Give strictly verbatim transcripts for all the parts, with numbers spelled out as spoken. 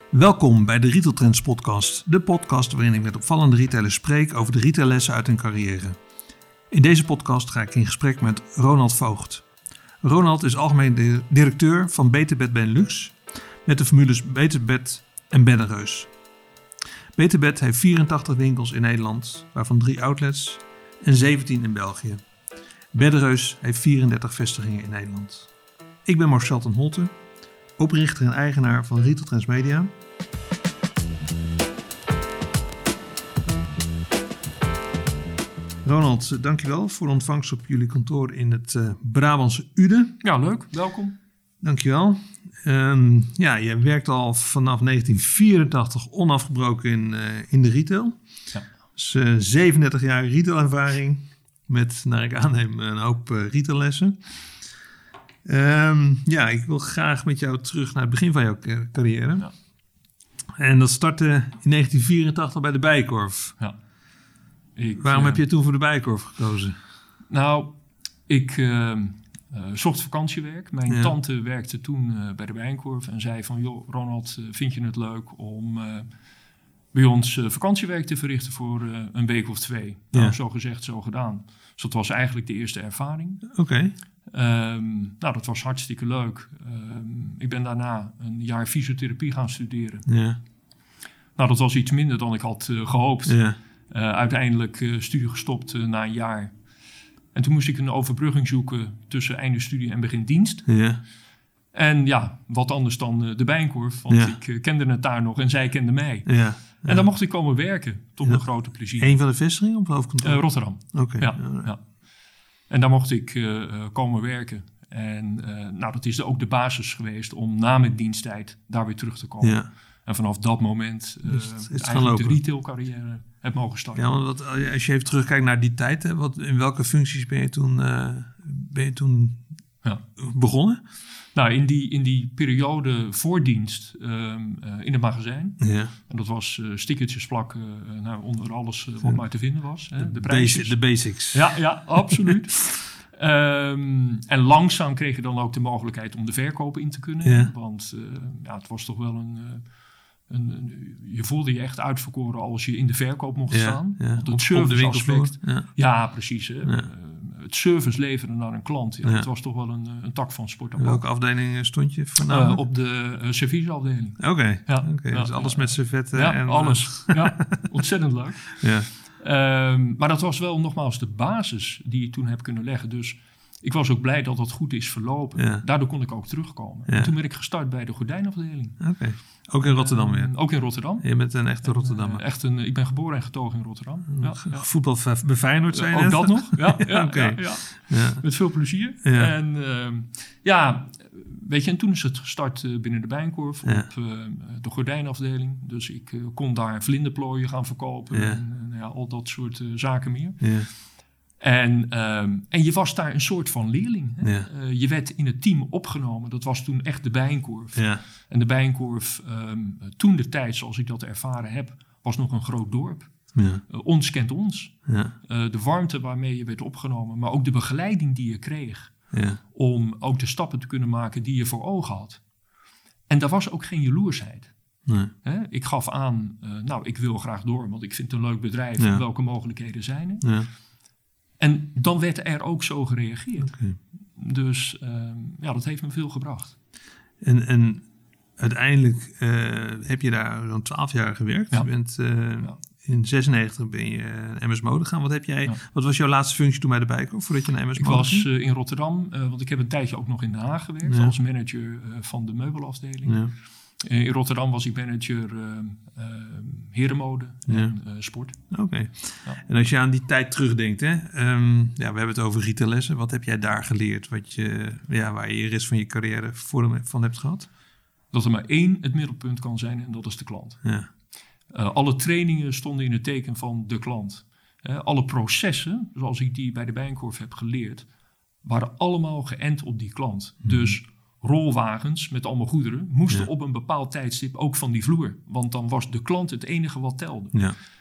Welkom bij de Retail Trends podcast, de podcast waarin ik met opvallende retailers spreek over de retaillessen uit hun carrière. In deze podcast ga ik in gesprek met Ronald Voogd. Ronald is algemeen directeur van Beter Bed Benelux met de formules Beter Bed en Beddenreus. Beter Bed heeft vierentachtig winkels in Nederland, waarvan drie outlets en zeventien in België. Beddenreus heeft vierendertig vestigingen in Nederland. Ik ben Marcel ten Holte, oprichter en eigenaar van Retail Trends Media. Ronald, dankjewel voor de ontvangst op jullie kantoor in het uh, Brabantse Uden. Ja, leuk. Welkom. Dankjewel. Um, ja, je werkt al vanaf negentien vierentachtig onafgebroken in, uh, in de retail. Ja. Dus uh, zevenendertig jaar retailervaring met, naar ik aanneem, een hoop uh, retaillessen. Um, ja, ik wil graag met jou terug naar het begin van jouw carrière. Ja. En dat startte in negentien vierentachtig bij de Bijenkorf. Ja. Ik, Waarom uh, heb je toen voor de Bijenkorf gekozen? Nou, ik uh, uh, zocht vakantiewerk. Mijn ja. tante werkte toen uh, bij de Bijenkorf en zei van... joh, Ronald, uh, vind je het leuk om uh, bij ons uh, vakantiewerk te verrichten voor uh, een week of twee? Ja. Nou, zo gezegd, zo gedaan. Dus dat was eigenlijk de eerste ervaring. Oké. Okay. Um, nou, dat was hartstikke leuk. Um, ik ben daarna een jaar fysiotherapie gaan studeren. Ja. Nou, dat was iets minder dan ik had uh, gehoopt. Ja. Uh, uiteindelijk uh, studie gestopt uh, na een jaar. En toen moest ik een overbrugging zoeken tussen einde studie en begin dienst. Ja. En ja, wat anders dan uh, de Bijenkorf. Want ja. ik uh, kende het daar nog en zij kende mij. Ja. Ja. En dan mocht ik komen werken, tot ja. mijn grote plezier. Eén van de vestigingen op hoofdkantoor? Uh, Rotterdam. Oké. Okay. Ja, ja. ja. En daar mocht ik uh, komen werken. En uh, nou, dat is ook de basis geweest om na mijn diensttijd daar weer terug te komen. Ja. En vanaf dat moment uh, dus het, het eigenlijk de retailcarrière heb mogen starten. Ja, want wat, als je even terugkijkt naar die tijd, hè, wat, in welke functies ben je toen, uh, ben je toen ja. begonnen? Nou, in die, in die periode voor dienst um, uh, in het magazijn. Ja. En dat was uh, stickertjes plakken uh, nou, onder alles uh, wat maar te vinden was. Hè, de, basic, de basics. Ja, ja, absoluut. um, en langzaam kreeg je dan ook de mogelijkheid om de verkoop in te kunnen. Ja. Want uh, ja, het was toch wel een... Uh, Een, een, je voelde je echt uitverkoren als je in de verkoop mocht ja, staan. Ja. Want het serviceaspect. Ja. ja, precies. Hè. Ja. Uh, het service leveren naar een klant. Ja, ja. Dat was toch wel een, een tak van sport. Welke afdeling stond je uh, op de uh, serviesafdeling. Oké, okay. ja. okay. ja. Dus alles met servetten. Ja, en alles. ja, ontzettend leuk. Ja. Um, maar dat was wel nogmaals de basis die ik toen heb kunnen leggen. Dus ik was ook blij dat dat goed is verlopen. Ja. Daardoor kon ik ook terugkomen. Ja. En toen ben ik gestart bij de gordijnafdeling. Oké. Okay. Ook in Rotterdam weer? Uh, ook in Rotterdam. Je bent een echte Rotterdammer. Uh, echt een, ik ben geboren en getogen in Rotterdam. Ja, ja. Voetbal bij Feyenoord zijn uh, Ook dat nog. Ja, ja, okay. ja, ja. ja. Met veel plezier. Ja. En uh, ja, weet je, en toen is het gestart uh, binnen de Bijenkorf ja. op uh, de gordijnafdeling. Dus ik uh, kon daar vlinderplooien gaan verkopen. Ja. En uh, ja, al dat soort uh, zaken meer. Ja. En, um, en je was daar een soort van leerling. Hè? Ja. Uh, je werd in het team opgenomen. Dat was toen echt de Bijenkorf. Ja. En de Bijenkorf, um, toen de tijd zoals ik dat ervaren heb, was nog een groot dorp. Ja. Uh, ons kent ons. Ja. Uh, de warmte waarmee je werd opgenomen, maar ook de begeleiding die je kreeg. Ja. Om ook de stappen te kunnen maken die je voor ogen had. En daar was ook geen jaloersheid. Nee. Hè? Ik gaf aan, uh, nou, ik wil graag door, want ik vind het een leuk bedrijf. Ja. Welke mogelijkheden zijn er? Ja. En dan werd er ook zo gereageerd. Okay. Dus uh, ja, dat heeft me veel gebracht. En, en uiteindelijk uh, heb je daar dan twaalf jaar gewerkt. Ja. Je bent, uh, ja. In zesennegentig ben je naar M S Mode gegaan. Wat, heb jij, ja. wat was jouw laatste functie toen bij de Bijenkorf voordat je naar M S ik Mode ging? Ik was uh, in Rotterdam, uh, want ik heb een tijdje ook nog in Den Haag gewerkt. Ja. Als manager uh, van de meubelafdeling. Ja. Uh, in Rotterdam was ik manager uh, uh, herenmode en ja. uh, sport. Oké. Okay. Ja. En als je aan die tijd terugdenkt, hè, um, ja, we hebben het over retaillessen. Wat heb jij daar geleerd? Wat je, ja, waar je de rest van je carrière voor van hebt gehad? Dat er maar één het middelpunt kan zijn en dat is de klant. Ja. Uh, alle trainingen stonden in het teken van de klant. Uh, alle processen, zoals ik die bij de Bijenkorf heb geleerd, waren allemaal geënt op die klant. Hmm. Dus rolwagens met allemaal goederen moesten ja. op een bepaald tijdstip ook van die vloer. Want dan was de klant het enige wat telde. Ja.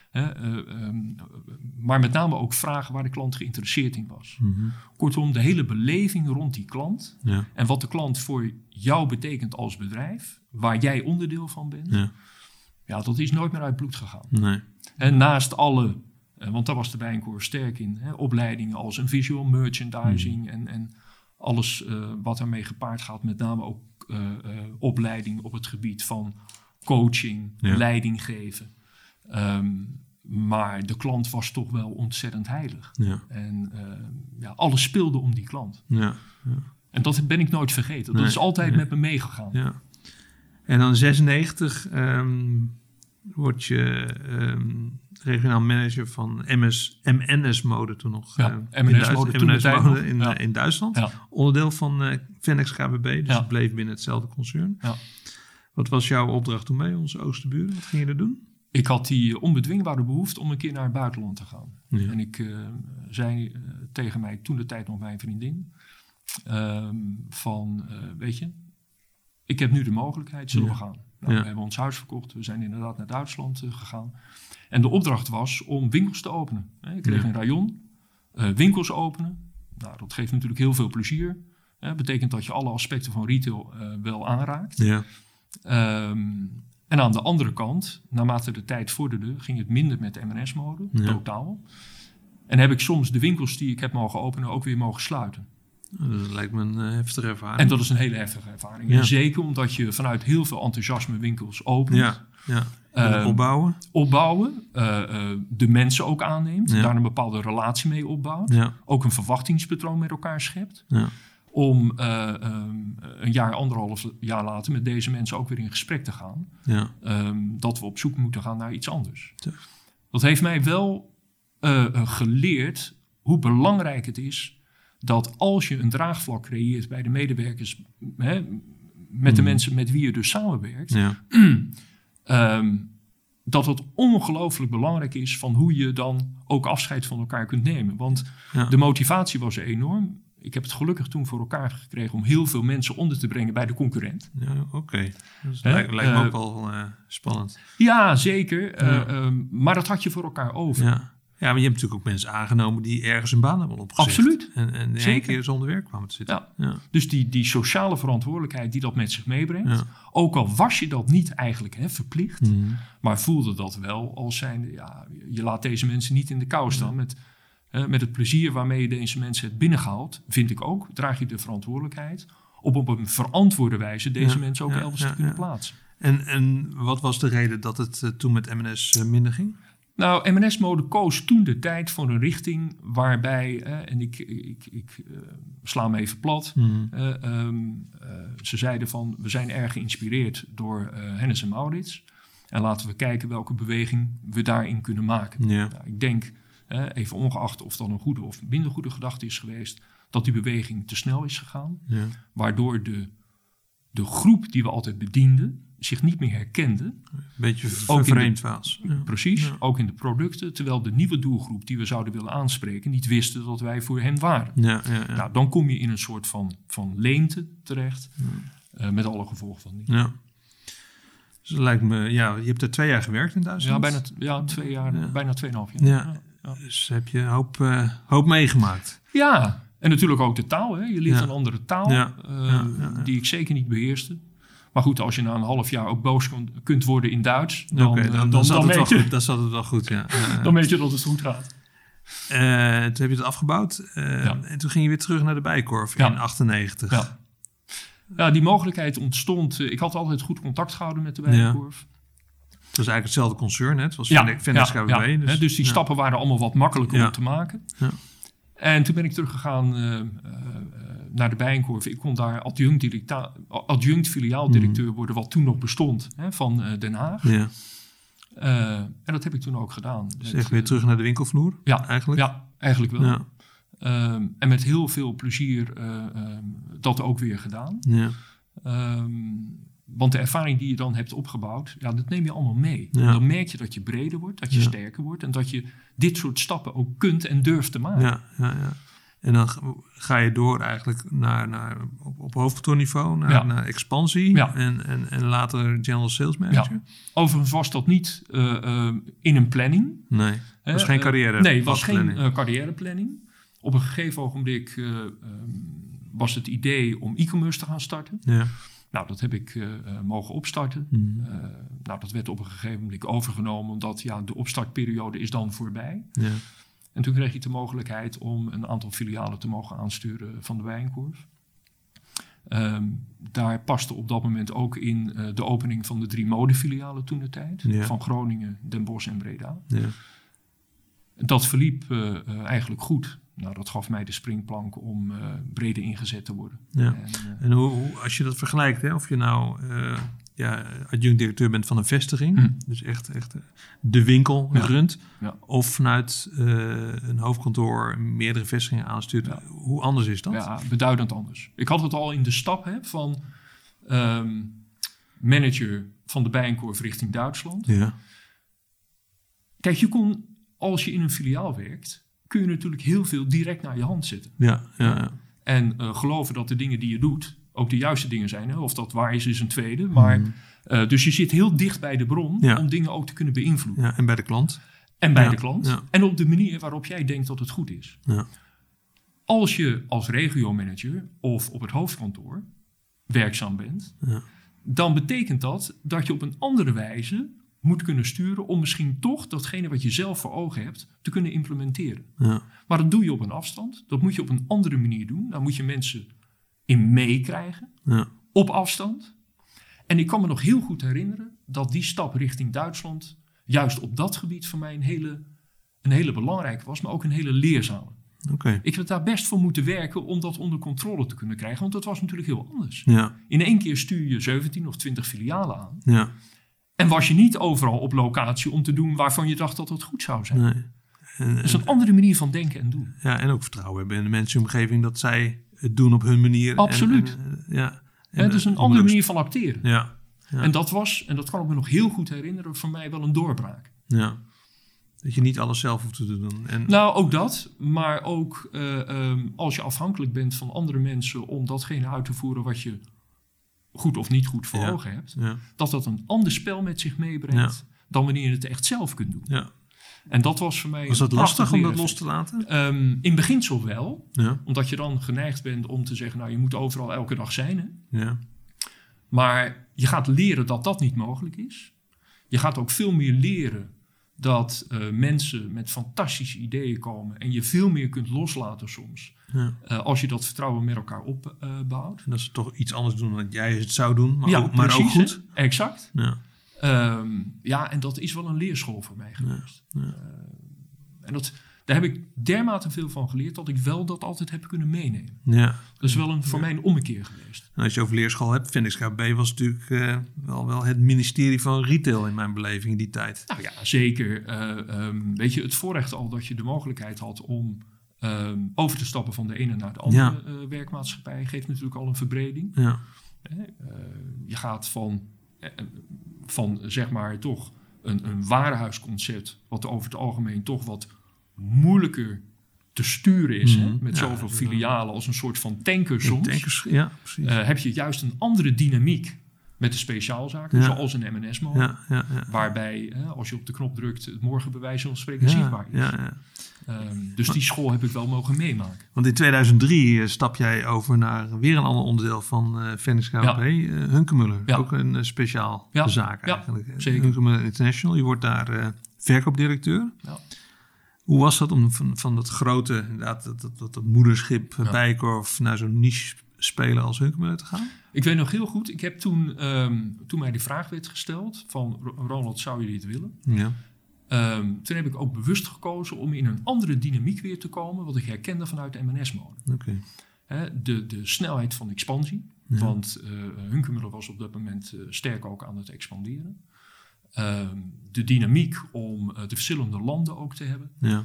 Hè, uh, um, maar met name ook vragen waar de klant geïnteresseerd in was. Mm-hmm. Kortom, de hele beleving rond die klant. Ja. En wat de klant voor jou betekent als bedrijf. Waar jij onderdeel van bent. Ja, ja dat is nooit meer uit bloed gegaan. nee. En naast alle, uh, want daar was de Bijenkorf sterk in. Hè, opleidingen als een visual merchandising. Mm. En, en alles uh, wat daarmee gepaard gaat. Met name ook uh, uh, opleiding op het gebied van coaching, ja. leiding geven. Um, maar de klant was toch wel ontzettend heilig. Ja. En uh, ja, alles speelde om die klant. Ja. Ja. En dat ben ik nooit vergeten. Dat nee. is altijd nee. met me meegegaan. Ja. En dan zesennegentig um, word je um, regionaal manager van M S, M N S-mode toen nog. Ja, uh, M N S-mode toen M N S-mode in, ja. in Duitsland. Ja. Onderdeel van uh, Venex K B B. Dus ja. het bleef binnen hetzelfde concern. Ja. Wat was jouw opdracht toen mee, onze oosterburen? Wat ging je er doen? Ik had die onbedwingbare behoefte om een keer naar het buitenland te gaan. Ja. En ik uh, zei uh, tegen mij, toen de tijd nog mijn vriendin, uh, van, uh, weet je, ik heb nu de mogelijkheid, zullen ja. we gaan? Nou, ja. We hebben ons huis verkocht, we zijn inderdaad naar Duitsland uh, gegaan. En de opdracht was om winkels te openen. Ik kreeg ja. een rayon, uh, winkels openen. Nou, dat geeft natuurlijk heel veel plezier. Dat betekent dat je alle aspecten van retail uh, wel aanraakt. Ja. Um, En aan de andere kant, naarmate de tijd vorderde, ging het minder met M N S-mode, ja. totaal. En heb ik soms de winkels die ik heb mogen openen ook weer mogen sluiten. Dat lijkt me een uh, heftige ervaring. En dat is een hele heftige ervaring. Ja. En zeker omdat je vanuit heel veel enthousiasme winkels opent. Ja, ja. Uh, opbouwen. Opbouwen. Uh, uh, de mensen ook aanneemt. Ja. Daar een bepaalde relatie mee opbouwt. Ja. Ook een verwachtingspatroon met elkaar schept. Ja. Om uh, um, een jaar, anderhalf jaar later met deze mensen ook weer in gesprek te gaan. Ja. Um, dat we op zoek moeten gaan naar iets anders. Ja. Dat heeft mij wel uh, uh, geleerd hoe belangrijk het is dat als je een draagvlak creëert bij de medewerkers, hè, met de mm. mensen met wie je dus samenwerkt, ja. um, dat het ongelooflijk belangrijk is van hoe je dan ook afscheid van elkaar kunt nemen. Want ja. de motivatie was enorm. Ik heb het gelukkig toen voor elkaar gekregen om heel veel mensen onder te brengen bij de concurrent. Ja, oké. Okay. Dat uh, lijkt, lijkt me uh, ook wel uh, spannend. Ja, zeker. Ja. Uh, um, maar dat had je voor elkaar over. Ja. ja, maar je hebt natuurlijk ook mensen aangenomen die ergens een baan hebben opgezet. Absoluut. En, en in één keer zonder werk kwamen te zitten. Ja. Ja. Dus die, die sociale verantwoordelijkheid die dat met zich meebrengt. Ja. Ook al was je dat niet eigenlijk hè, verplicht. Mm. Maar voelde dat wel als zijnde, ja, je laat deze mensen niet in de kou staan. Ja. Met, uh, met het plezier waarmee je deze mensen het binnengehaald. Vind ik ook. Draag je de verantwoordelijkheid. Om op een verantwoorde wijze deze ja. mensen ook ja. elders ja. te kunnen ja. plaatsen. En, en wat was de reden dat het uh, toen met M N S uh, minder ging? Nou, M N S-mode koos toen de tijd voor een richting waarbij, eh, en ik, ik, ik uh, sla hem even plat, mm. uh, um, uh, ze zeiden van, we zijn erg geïnspireerd door uh, Hennes en Mauritz en laten we kijken welke beweging we daarin kunnen maken. Ja. Nou, ik denk, uh, even ongeacht of dat een goede of minder goede gedachte is geweest, dat die beweging te snel is gegaan, ja. waardoor de, de groep die we altijd bedienden, zich niet meer herkende. Een beetje vervreemd was. Ja. Precies, ja. Ook in de producten. Terwijl de nieuwe doelgroep die we zouden willen aanspreken niet wisten dat wij voor hen waren. Ja, ja, ja. Nou, dan kom je in een soort van, van leemte terecht. Ja. Uh, met alle gevolgen van die. Ja. Dus het lijkt me, ja, je hebt er twee jaar gewerkt in Duitsland. Ja, bijna, ja, twee jaar, ja. bijna tweeënhalf jaar. Ja. Ja, ja. Dus heb je een hoop, uh, hoop meegemaakt. Ja, en natuurlijk ook de taal. Hè. Je leert ja. een andere taal, ja. Uh, ja, ja, ja. die ik zeker niet beheerste. Maar goed, als je na een half jaar ook boos kon, kunt worden in Duits, dan, okay, dan, dan, dan, zat, dan, het je, goed, dan zat het wel goed. Ja. Uh, dan weet je dat het goed gaat. Uh, toen heb je het afgebouwd uh, ja. en toen ging je weer terug naar de Bijenkorf ja. in achtennegentig. Ja. ja, die mogelijkheid ontstond. Uh, ik had altijd goed contact gehouden met de Bijenkorf. Ja. Het was eigenlijk hetzelfde concern, hè? Het was ja, Venex ja, K B B. Ja, dus, hè, dus die ja. stappen waren allemaal wat makkelijker ja. om te maken. Ja. En toen ben ik teruggegaan uh, uh, naar de Bijenkorf. Ik kon daar adjunct, adjunct filiaaldirecteur mm. worden, wat toen nog bestond, hè, van uh, Den Haag. Ja. Uh, en dat heb ik toen ook gedaan. Dus echt weer terug naar de winkelvloer? Ja, eigenlijk? Ja, eigenlijk wel. Ja. Um, en met heel veel plezier uh, um, dat ook weer gedaan. Ja. Um, want de ervaring die je dan hebt opgebouwd, ja, dat neem je allemaal mee. Ja. En dan merk je dat je breder wordt, dat je ja. sterker wordt en dat je dit soort stappen ook kunt en durft te maken. Ja, ja, ja. En dan ga je door eigenlijk naar, naar, op, op hoofdkantoorniveau, naar, ja. naar expansie ja. en, en, en later general sales manager. Ja. Overigens was dat niet uh, uh, in een planning. Nee, het was geen carrière. Uh, nee, het was geen uh, carrièreplanning. Op een gegeven ogenblik uh, um, was het idee om e-commerce te gaan starten. Ja. Nou, dat heb ik uh, uh, mogen opstarten. Mm. Uh, nou, dat werd op een gegeven moment overgenomen, omdat ja, de opstartperiode is dan voorbij. Ja. En toen kreeg ik de mogelijkheid om een aantal filialen te mogen aansturen van de Bijenkorf. Um, daar paste op dat moment ook in uh, de opening van de drie modefilialen toen de tijd. Ja. Van Groningen, Den Bosch en Breda. Ja. Dat verliep uh, uh, eigenlijk goed. Nou, dat gaf mij de springplank om uh, breder ingezet te worden. Ja. En, uh, en hoe, hoe, als je dat vergelijkt, hè, of je nou uh, ja, adjunct-directeur bent van een vestiging, hm. dus echt, echt de winkel ja. runt, ja. of vanuit uh, een hoofdkantoor meerdere vestigingen aanstuurt, ja. hoe anders is dat? Ja, beduidend anders. Ik had het al in de stap hè, van um, manager van de Bijenkorf richting Duitsland. Ja. Kijk, je kon, als je in een filiaal werkt, kun je natuurlijk heel veel direct naar je hand zetten. Ja, ja, ja. En uh, geloven dat de dingen die je doet ook de juiste dingen zijn. Hè? Of dat waar is, is een tweede. Maar, mm. uh, dus je zit heel dicht bij de bron ja. om dingen ook te kunnen beïnvloeden. Ja, en bij de klant. En bij ja, de klant. Ja. En op de manier waarop jij denkt dat het goed is. Ja. Als je als regiomanager of op het hoofdkantoor werkzaam bent, ja. dan betekent dat dat je op een andere wijze moet kunnen sturen om misschien toch datgene wat je zelf voor ogen hebt te kunnen implementeren. Ja. Maar dat doe je op een afstand. Dat moet je op een andere manier doen. Daar moet je mensen in meekrijgen. Ja. Op afstand. En ik kan me nog heel goed herinneren dat die stap richting Duitsland juist op dat gebied voor mij een hele, een hele belangrijke was, maar ook een hele leerzame. Okay. Ik heb daar best voor moeten werken om dat onder controle te kunnen krijgen, want dat was natuurlijk heel anders. Ja. In één keer stuur je zeventien of twintig filialen aan. Ja. En was je niet overal op locatie om te doen waarvan je dacht dat het goed zou zijn. Nee. En, dat is een andere manier van denken en doen. Ja, en ook vertrouwen hebben in de mensen in de omgeving dat zij het doen op hun manier. Absoluut. En, en, ja. En het is een andere manier van acteren. Ja. Ja. En dat was, en dat kan ik me nog heel goed herinneren, voor mij wel een doorbraak. Ja. Dat je niet alles zelf hoeft te doen. En... Nou, ook dat. Maar ook uh, um, als je afhankelijk bent van andere mensen om datgene uit te voeren wat je goed of niet goed voor ja. ogen hebt. Ja. Dat dat een ander spel met zich meebrengt ja. dan wanneer je het echt zelf kunt doen. Ja. En dat was voor mij... Was dat lastig om dat los te laten? Um, in beginsel wel. Ja. Omdat je dan geneigd bent om te zeggen, nou je moet overal elke dag zijn. Hè? Ja. Maar je gaat leren dat dat niet mogelijk is. Je gaat ook veel meer leren dat uh, mensen met fantastische ideeën komen en je veel meer kunt loslaten soms. Ja. Uh, als je dat vertrouwen met elkaar opbouwt. Uh, en dat ze toch iets anders doen dan jij het zou doen, maar, ja, ook, maar precies, ook goed. Hè? Exact. Ja. Um, ja, en dat is wel een leerschool voor mij geweest. Ja. Ja. Uh, en dat, daar heb ik dermate veel van geleerd dat ik wel dat altijd heb kunnen meenemen. Ja. Dat is wel een, voor ja. mij een ommekeer geweest. En als je over leerschool hebt, Phoenix K B was natuurlijk uh, wel, wel het ministerie van retail in mijn beleving in die tijd. Nou ja, zeker. Uh, um, weet je, het voorrecht al dat je de mogelijkheid had om um, over te stappen van de ene naar de andere ja. uh, werkmaatschappij geeft natuurlijk al een verbreding. Ja. Uh, je gaat van, uh, van zeg maar toch een, een warenhuisconcept, wat over het algemeen toch wat moeilijker te sturen is, mm-hmm. hè, met ja, zoveel filialen als een soort van tanker soms. Tankers, ja, precies. Uh, heb je juist een andere dynamiek met de speciaalzaken, ja. zoals een M en S-molen. Ja, ja, ja. Waarbij, uh, als je op de knop drukt, het morgen bij wijze van spreken ja, zichtbaar is. Ja, ja. Um, dus die school heb ik wel mogen meemaken. Want in tweeduizend drie uh, stap jij over naar weer een ander onderdeel van uh, Phoenix K B, ja. uh, Hunkemuller. Ja. Ook een uh, speciaal ja. zaak eigenlijk. Ja, zeker. Hunkemuller International, je wordt daar uh, verkoopdirecteur. Ja. Hoe was dat om van, van dat grote, inderdaad, dat, dat, dat, dat moederschip ja. Bijenkorf naar zo'n niche speler als Hunkemuller te gaan? Ik weet nog heel goed, ik heb toen, um, toen mij die vraag werd gesteld van Ronald, zou je dit willen? Ja. Um, toen heb ik ook bewust gekozen om in een andere dynamiek weer te komen, wat ik herkende vanuit de M en S-molen. Okay. He, de, de snelheid van expansie, ja. want uh, Hunkemuller was op dat moment uh, sterk ook aan het expanderen. Um, de dynamiek om uh, de verschillende landen ook te hebben. Ja.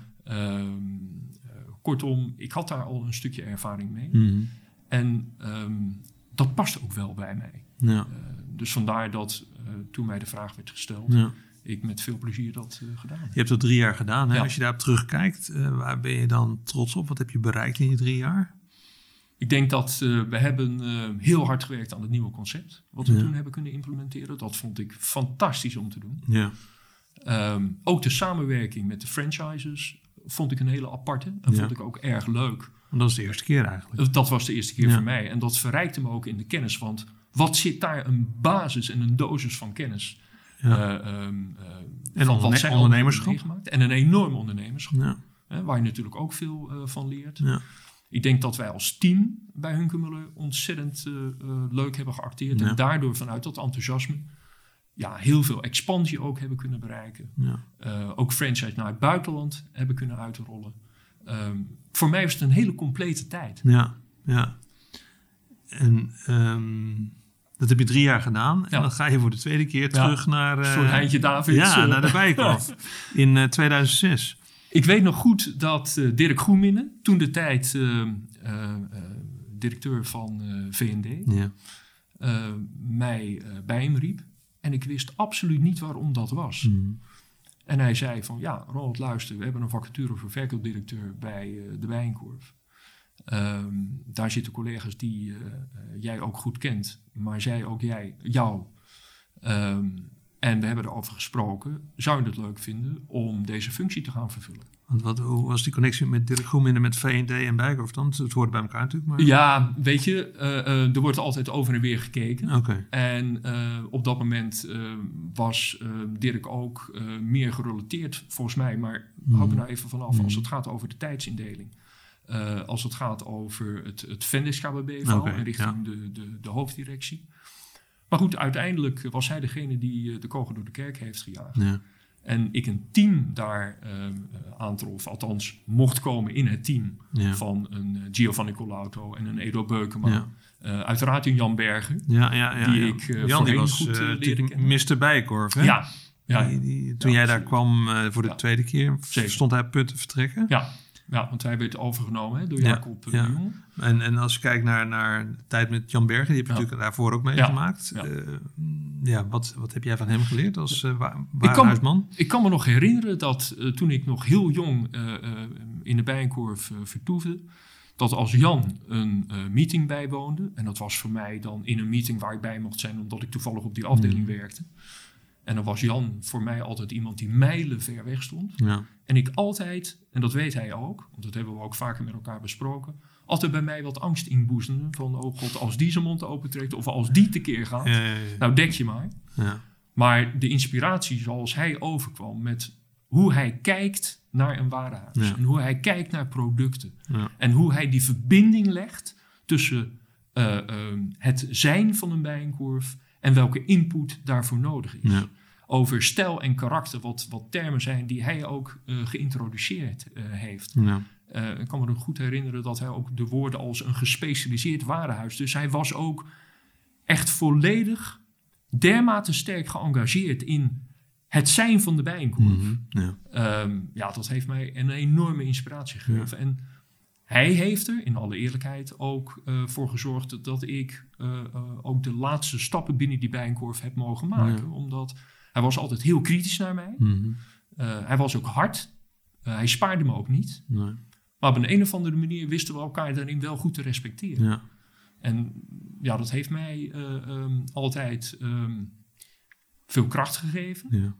Um, uh, kortom, ik had daar al een stukje ervaring mee. Mm-hmm. En um, dat past ook wel bij mij. Ja. Uh, dus vandaar dat uh, toen mij de vraag werd gesteld, ja. ik met veel plezier dat uh, gedaan heb. Je hebt dat drie jaar gedaan. Hè? Ja. Als je daarop terugkijkt, uh, waar ben je dan trots op? Wat heb je bereikt in die drie jaar? Ik denk dat uh, we hebben uh, heel hard gewerkt aan het nieuwe concept. Wat we ja. toen hebben kunnen implementeren. Dat vond ik fantastisch om te doen. Ja. Um, ook de samenwerking met de franchises vond ik een hele aparte. En ja. vond ik ook erg leuk. Dat was de eerste keer eigenlijk. Dat was de eerste keer ja. voor mij. En dat verrijkte me ook in de kennis. Want wat zit daar een basis en een dosis van kennis? Ja. Uh, um, uh, en van onderne- wat ondernemerschap. En een enorm ondernemerschap. Ja. Hè, waar je natuurlijk ook veel uh, van leert. Ja. Ik denk dat wij als team bij Hunkemöller ontzettend uh, uh, leuk hebben geacteerd. Ja. En daardoor vanuit dat enthousiasme ja, heel veel expansie ook hebben kunnen bereiken. Ja. Uh, ook franchise naar het buitenland hebben kunnen uitrollen. Um, voor mij was het een hele complete tijd. Ja, ja. En um, dat heb je drie jaar gedaan. En ja. dan ga je voor de tweede keer terug ja. naar... Uh, Voor Heintje Davids. Ja, uh, naar de Bijenkorf. In uh, tweeduizend zes. Ik weet nog goed dat uh, Dirk Groenminne, toen de tijd uh, uh, uh, directeur van uh, V en D, ja. uh, mij uh, bij hem riep. En ik wist absoluut niet waarom dat was. Mm. En hij zei van, ja, Ronald, luister, we hebben een vacature voor verkoopdirecteur bij uh, de Bijenkorf. Um, daar zitten collega's die uh, uh, jij ook goed kent, maar zij ook jij, jou. Um, en we hebben erover gesproken, zou je het leuk vinden om deze functie te gaan vervullen? Want wat, hoe was die connectie met Dirk Groenminne, met V en D en Bijenkorf dan? Het hoort bij elkaar natuurlijk. Maar... Ja, weet je, uh, uh, er wordt altijd over en weer gekeken. Okay. En uh, op dat moment uh, was uh, Dirk ook uh, meer gerelateerd, volgens mij. Maar mm. hou er nou even vanaf mm. als het gaat over de tijdsindeling. Uh, als het gaat over het, het Vendis K B B-verhaal okay, en richting ja. de, de, de hoofddirectie. Maar goed, uiteindelijk was hij degene die uh, de kogel door de kerk heeft gejaagd. Ja. En ik een team daar uh, aantrof, althans mocht komen in het team ja. van een uh, Giovanni Collauto en een Edo Beukema. Ja. Uh, uiteraard een Jan Berger, ja, ja, ja, die ja. ik uh, Jan die was goed uh, uh, mister Bijenkorf, hè? Ja. ja. Die, die, toen ja, jij daar absoluut. kwam uh, voor de ja. tweede keer, Zeker. stond hij op punt te vertrekken. Ja. Ja, want hij werd overgenomen hè, door Jacob ja, de ja. Jong. En, en als je kijkt naar, naar de tijd met Jan Berger, die heb je ja. natuurlijk daarvoor ook meegemaakt. Ja. Uh, ja, wat, wat heb jij van hem geleerd als uh, wa- waarhuisman? Ik, ik kan me nog herinneren dat uh, toen ik nog heel jong uh, uh, in de Bijenkorf uh, vertoefde, dat als Jan een uh, meeting bijwoonde, en dat was voor mij dan in een meeting waar ik bij mocht zijn, omdat ik toevallig op die afdeling mm. werkte. En dan was Jan voor mij altijd iemand die mijlen ver weg stond. Ja. En ik altijd, en dat weet hij ook, want dat hebben we ook vaker met elkaar besproken, altijd bij mij wat angst inboezemde. Van, oh god, als die zijn mond opentrekt of als die tekeer gaat, ja, ja, ja. nou dek je maar. Ja. Maar de inspiratie zoals hij overkwam met hoe hij kijkt naar een warenhuis. Ja. En hoe hij kijkt naar producten. Ja. En hoe hij die verbinding legt tussen uh, uh, het zijn van een Bijenkorf en welke input daarvoor nodig is. Ja. Over stijl en karakter, wat, wat termen zijn die hij ook uh, geïntroduceerd uh, heeft. Ja. Uh, ik kan me nog goed herinneren dat hij ook de woorden als een gespecialiseerd warenhuis. Dus hij was ook echt volledig dermate sterk geëngageerd in het zijn van de Bijenkorf. Mm-hmm. Ja. Um, ja, dat heeft mij een enorme inspiratie gegeven. Ja. En hij heeft er, in alle eerlijkheid, ook uh, voor gezorgd dat ik uh, uh, ook de laatste stappen binnen die Bijenkorf heb mogen maken. Ja. Omdat hij was altijd heel kritisch naar mij. Mm-hmm. Uh, hij was ook hard. Uh, hij spaarde me ook niet. Nee. Maar op een, een of andere manier wisten we elkaar daarin wel goed te respecteren. Ja. En ja, dat heeft mij uh, um, altijd um, veel kracht gegeven. Ja.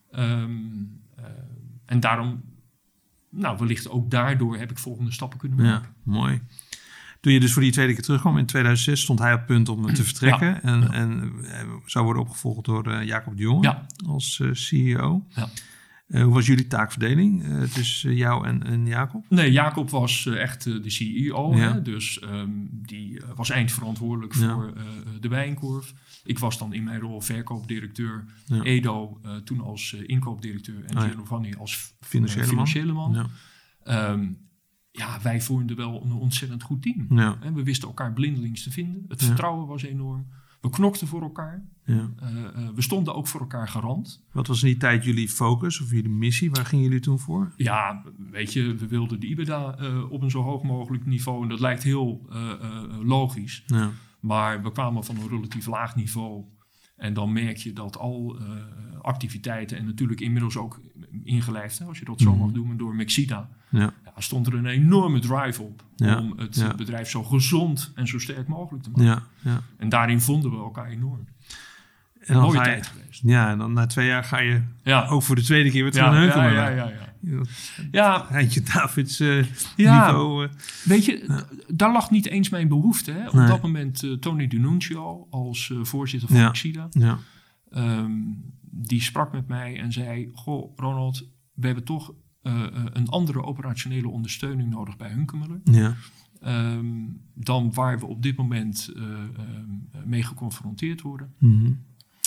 Um, uh, en daarom, nou wellicht ook daardoor heb ik volgende stappen kunnen maken. Ja, mooi. Toen je dus voor die tweede keer terugkwam in tweeduizend zes, stond hij op punt om te vertrekken. Ja, en, ja. en uh, zou worden opgevolgd door uh, Jacob de Jong ja. als uh, C E O. Ja. Uh, hoe was jullie taakverdeling uh, tussen jou en, en Jacob? Nee, Jacob was uh, echt uh, de C E O. Ja. Hè? Dus um, die uh, was eindverantwoordelijk ja. voor uh, de Bijenkorf. Ik was dan in mijn rol verkoopdirecteur. Ja. Edo uh, toen als uh, inkoopdirecteur. En oh, ja. Giovanni als financiële, uh, financiële man. man. Ja. Um, ja, wij vormden wel een ontzettend goed team. Ja. En we wisten elkaar blindelings te vinden. Het ja. vertrouwen was enorm. We knokten voor elkaar. Ja. Uh, uh, we stonden ook voor elkaar garant. Wat was in die tijd jullie focus of jullie missie? Waar gingen jullie toen voor? Ja, weet je, we wilden de EBITDA uh, op een zo hoog mogelijk niveau. En dat lijkt heel uh, uh, logisch. Ja. Maar we kwamen van een relatief laag niveau. En dan merk je dat al uh, activiteiten en natuurlijk inmiddels ook ingelijfd, hè, als je dat zo mag doen, door Mexida. Ja. Ja, stond er een enorme drive op ja. om het ja. bedrijf zo gezond en zo sterk mogelijk te maken. Ja. Ja. En daarin vonden we elkaar enorm. En dan mooie ga je, tijd geweest. Ja, en dan na twee jaar ga je ja. ook voor de tweede keer weer terug ja, naar Hunkemuller. Ja, ja, ja. ja. ja. Heintje Davids uh, ja. niveau. Uh, Weet je, ja. daar lag niet eens mijn behoefte. Hè? Op nee. dat moment uh, Tony Denuncio als uh, voorzitter van Mexida. Ja. Ja. Um, die sprak met mij en zei... Goh, Ronald, we hebben toch uh, uh, een andere operationele ondersteuning nodig bij Hunkemuller. Ja. Um, dan waar we op dit moment uh, uh, mee geconfronteerd worden. Mm-hmm.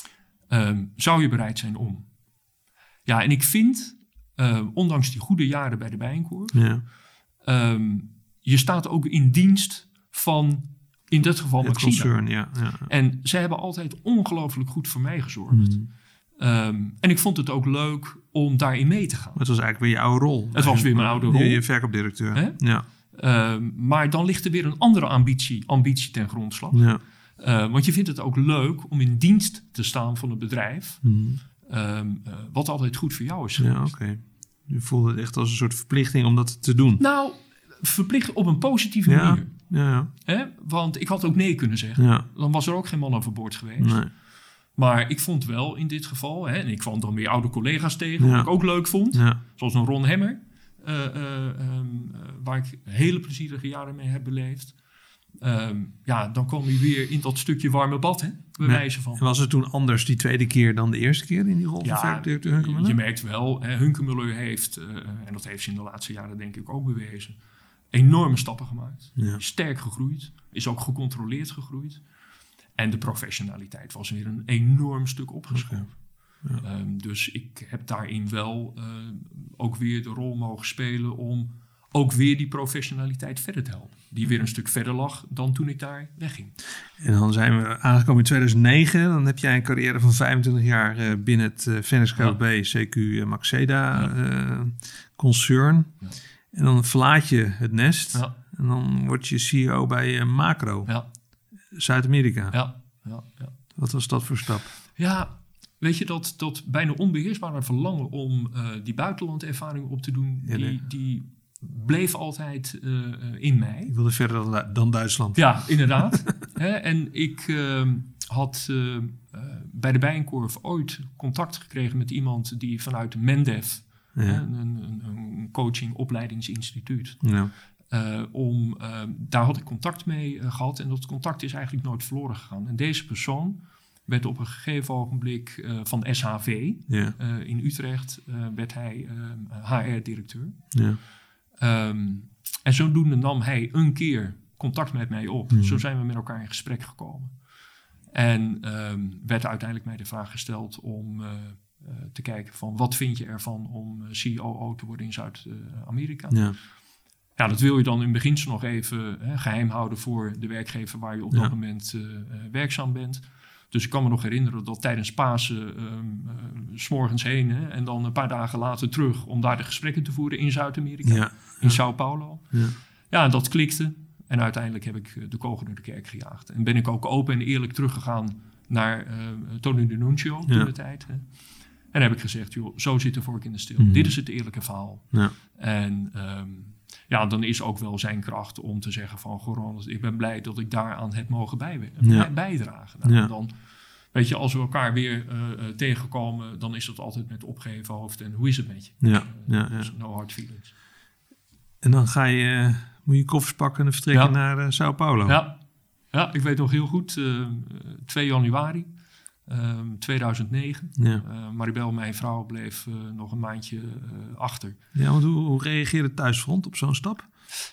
Um, zou je bereid zijn om? Ja, en ik vind, uh, ondanks die goede jaren bij de Bijenkorf... Ja. Um, je staat ook in dienst van, in dit geval, Mexida. Ja, ja, ja. En zij hebben altijd ongelooflijk goed voor mij gezorgd. Mm. Um, en ik vond het ook leuk om daarin mee te gaan. Het was eigenlijk weer je oude rol. Het was weer mijn oude rol. Je, je verkoopdirecteur. Hè? Ja. Um, maar dan ligt er weer een andere ambitie, ambitie ten grondslag. Ja. Uh, want je vindt het ook leuk om in dienst te staan van een bedrijf... Mm. Um, uh, wat altijd goed voor jou is geweest. Ja, oké. Okay. Je voelde het echt als een soort verplichting om dat te doen. Nou, verplicht op een positieve ja. manier. Ja, ja. Hè? Want ik had ook nee kunnen zeggen. Ja. Dan was er ook geen man overboord geweest. Nee. Maar ik vond wel in dit geval... Hè, en ik kwam dan weer oude collega's tegen... Ja. Wat ik ook leuk vond. Ja. Zoals een Ron Hemmer. Uh, uh, um, uh, waar ik hele plezierige jaren mee heb beleefd. Um, ja, dan kom je weer in dat stukje warme bad, hè? Bij wijze van. En was het toen anders die tweede keer dan de eerste keer in die rol van ja, verkoopdirecteur Hunkemuller? Je merkt wel, hè, Hunkemuller heeft, uh, en dat heeft ze in de laatste jaren denk ik ook bewezen, enorme stappen gemaakt. Ja. Sterk gegroeid, is ook gecontroleerd gegroeid. En de professionaliteit was weer een enorm stuk opgeschoven. Okay. Ja. Um, dus ik heb daarin wel uh, ook weer de rol mogen spelen om ook weer die professionaliteit verder te helpen. Die weer een stuk verder lag dan toen ik daar wegging. En dan zijn we aangekomen in tweeduizend negen. Dan heb jij een carrière van vijfentwintig jaar uh, binnen het uh, Vennis K B B C Q uh, Maxeda ja. uh, concern. Ja. En dan verlaat je het nest. Ja. En dan word je C E O bij uh, Macro. Ja. Zuid-Amerika. Ja. Ja. Ja. Wat was dat voor stap? Ja, weet je, dat, dat bijna onbeheersbare verlangen om uh, die buitenlandervaring op te doen, ja, die, die bleef altijd uh, in mij. Ik wilde verder dan, dan Duitsland. Ja, inderdaad. He, en ik uh, had uh, uh, bij de Bijenkorf ooit contact gekregen met iemand die vanuit Mendev, ja. hè, een, een, een coaching-opleidingsinstituut, ja. Uh, om, uh, daar had ik contact mee uh, gehad en dat contact is eigenlijk nooit verloren gegaan. En deze persoon werd op een gegeven ogenblik uh, van S H V ja. uh, in Utrecht, uh, werd hij uh, H R-directeur. Ja. Um, en zodoende nam hij een keer contact met mij op. Mm. Zo zijn we met elkaar in gesprek gekomen. En um, werd uiteindelijk mij de vraag gesteld om uh, uh, te kijken van wat vind je ervan om C O O te worden in Zuid-Amerika. Ja. Ja, dat wil je dan in beginsel nog even hè, geheim houden voor de werkgever waar je op ja. dat moment uh, uh, werkzaam bent. Dus ik kan me nog herinneren dat tijdens Pasen um, uh, 's morgens heen hè, en dan een paar dagen later terug om daar de gesprekken te voeren in Zuid-Amerika, ja. in ja. Sao Paulo. Ja. ja, en dat klikte. En uiteindelijk heb ik de kogel door de kerk gejaagd. En ben ik ook open en eerlijk teruggegaan naar uh, Tony Denuncio ja. toen de tijd. Hè. En heb ik gezegd, joh, zo zit de vork in de steel. Mm. Dit is het eerlijke verhaal. Ja. En um, ja, dan is ook wel zijn kracht om te zeggen van... Goh, ik ben blij dat ik daaraan heb mogen bij, ja. bijdragen. Nou, ja. Dan, weet je, als we elkaar weer uh, tegenkomen... dan is dat altijd met opgeheven hoofd. En hoe is het met je? Ja. Uh, ja, ja. Dus no hard feelings. En dan ga je, uh, moet je koffers pakken en vertrekken ja. naar uh, Sao Paulo. Ja. ja, ik weet nog heel goed. Uh, twee januari um, tweeduizend negen. Ja. Uh, Maribel, mijn vrouw, bleef uh, nog een maandje uh, achter. Ja, want hoe, hoe reageerde het thuisfront op zo'n stap?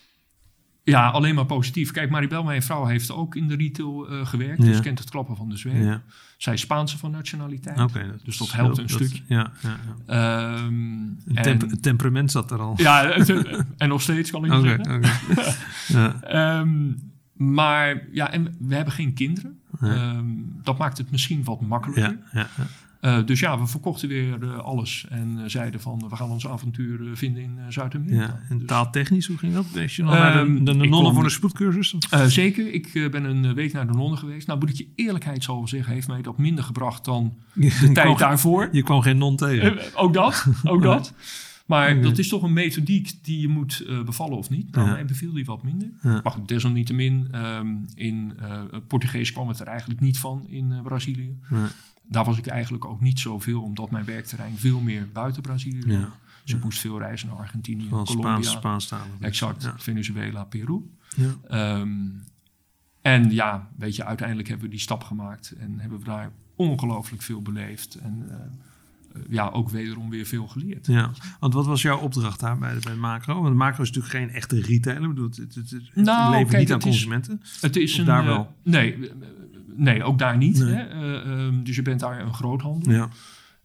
Ja, alleen maar positief. Kijk, Maribel, mijn vrouw, heeft ook in de retail uh, gewerkt. Ja. Dus kent het klappen van de zweep. Ja. Zij is Spaanse van nationaliteit. Okay, dat dus dat helpt heel, een dat, stukje. Ja, ja, ja. Um, het, temp- en, het temperament zat er al. Ja, het, en nog steeds kan ik okay, zeggen. Okay. ja. um, maar ja, en we hebben geen kinderen. Ja. Um, dat maakt het misschien wat makkelijker. Ja, ja, Uh, dus ja, we verkochten weer uh, alles en uh, zeiden van we gaan ons avontuur uh, vinden in uh, Zuid-Amerika. Ja, en dus, taaltechnisch, hoe ging dat? Was je nog uh, naar de, de, de nonnen kon, voor de spoedcursus? Uh, zeker, ik uh, ben een week naar de nonnen geweest. Nou moet ik je eerlijkheid zal wel zeggen, heeft mij dat minder gebracht dan de tijd kwam, daarvoor. Je kwam geen non tegen. Uh, ook dat, ook dat. Maar okay. dat is toch een methodiek die je moet uh, bevallen of niet. Nou, ja. mij beviel die wat minder. Ja. Maar goed, desalniettemin, um, in uh, Portugees kwam het er eigenlijk niet van in uh, Brazilië. Ja. Daar was ik eigenlijk ook niet zoveel, omdat mijn werkterrein veel meer buiten Brazilië was. Ja. Dus ja. ik moest veel reizen naar Argentinië, Van Colombia. Spaans, Spaans exact, ja. Venezuela, Peru. Ja. Um, en ja, weet je, uiteindelijk hebben we die stap gemaakt. En hebben we daar ongelooflijk veel beleefd. En uh, uh, ja, ook wederom weer veel geleerd. Ja, want wat was jouw opdracht daar bij, bij Macro? Want Macro is natuurlijk geen echte retailer. Ik bedoel, het, het, het, het nou, levert kijk, niet aan het consumenten. Is, het is of een, daar uh, wel? Nee, nee, ook daar niet. Nee. Hè? Uh, um, dus je bent daar een groothandel. Ja.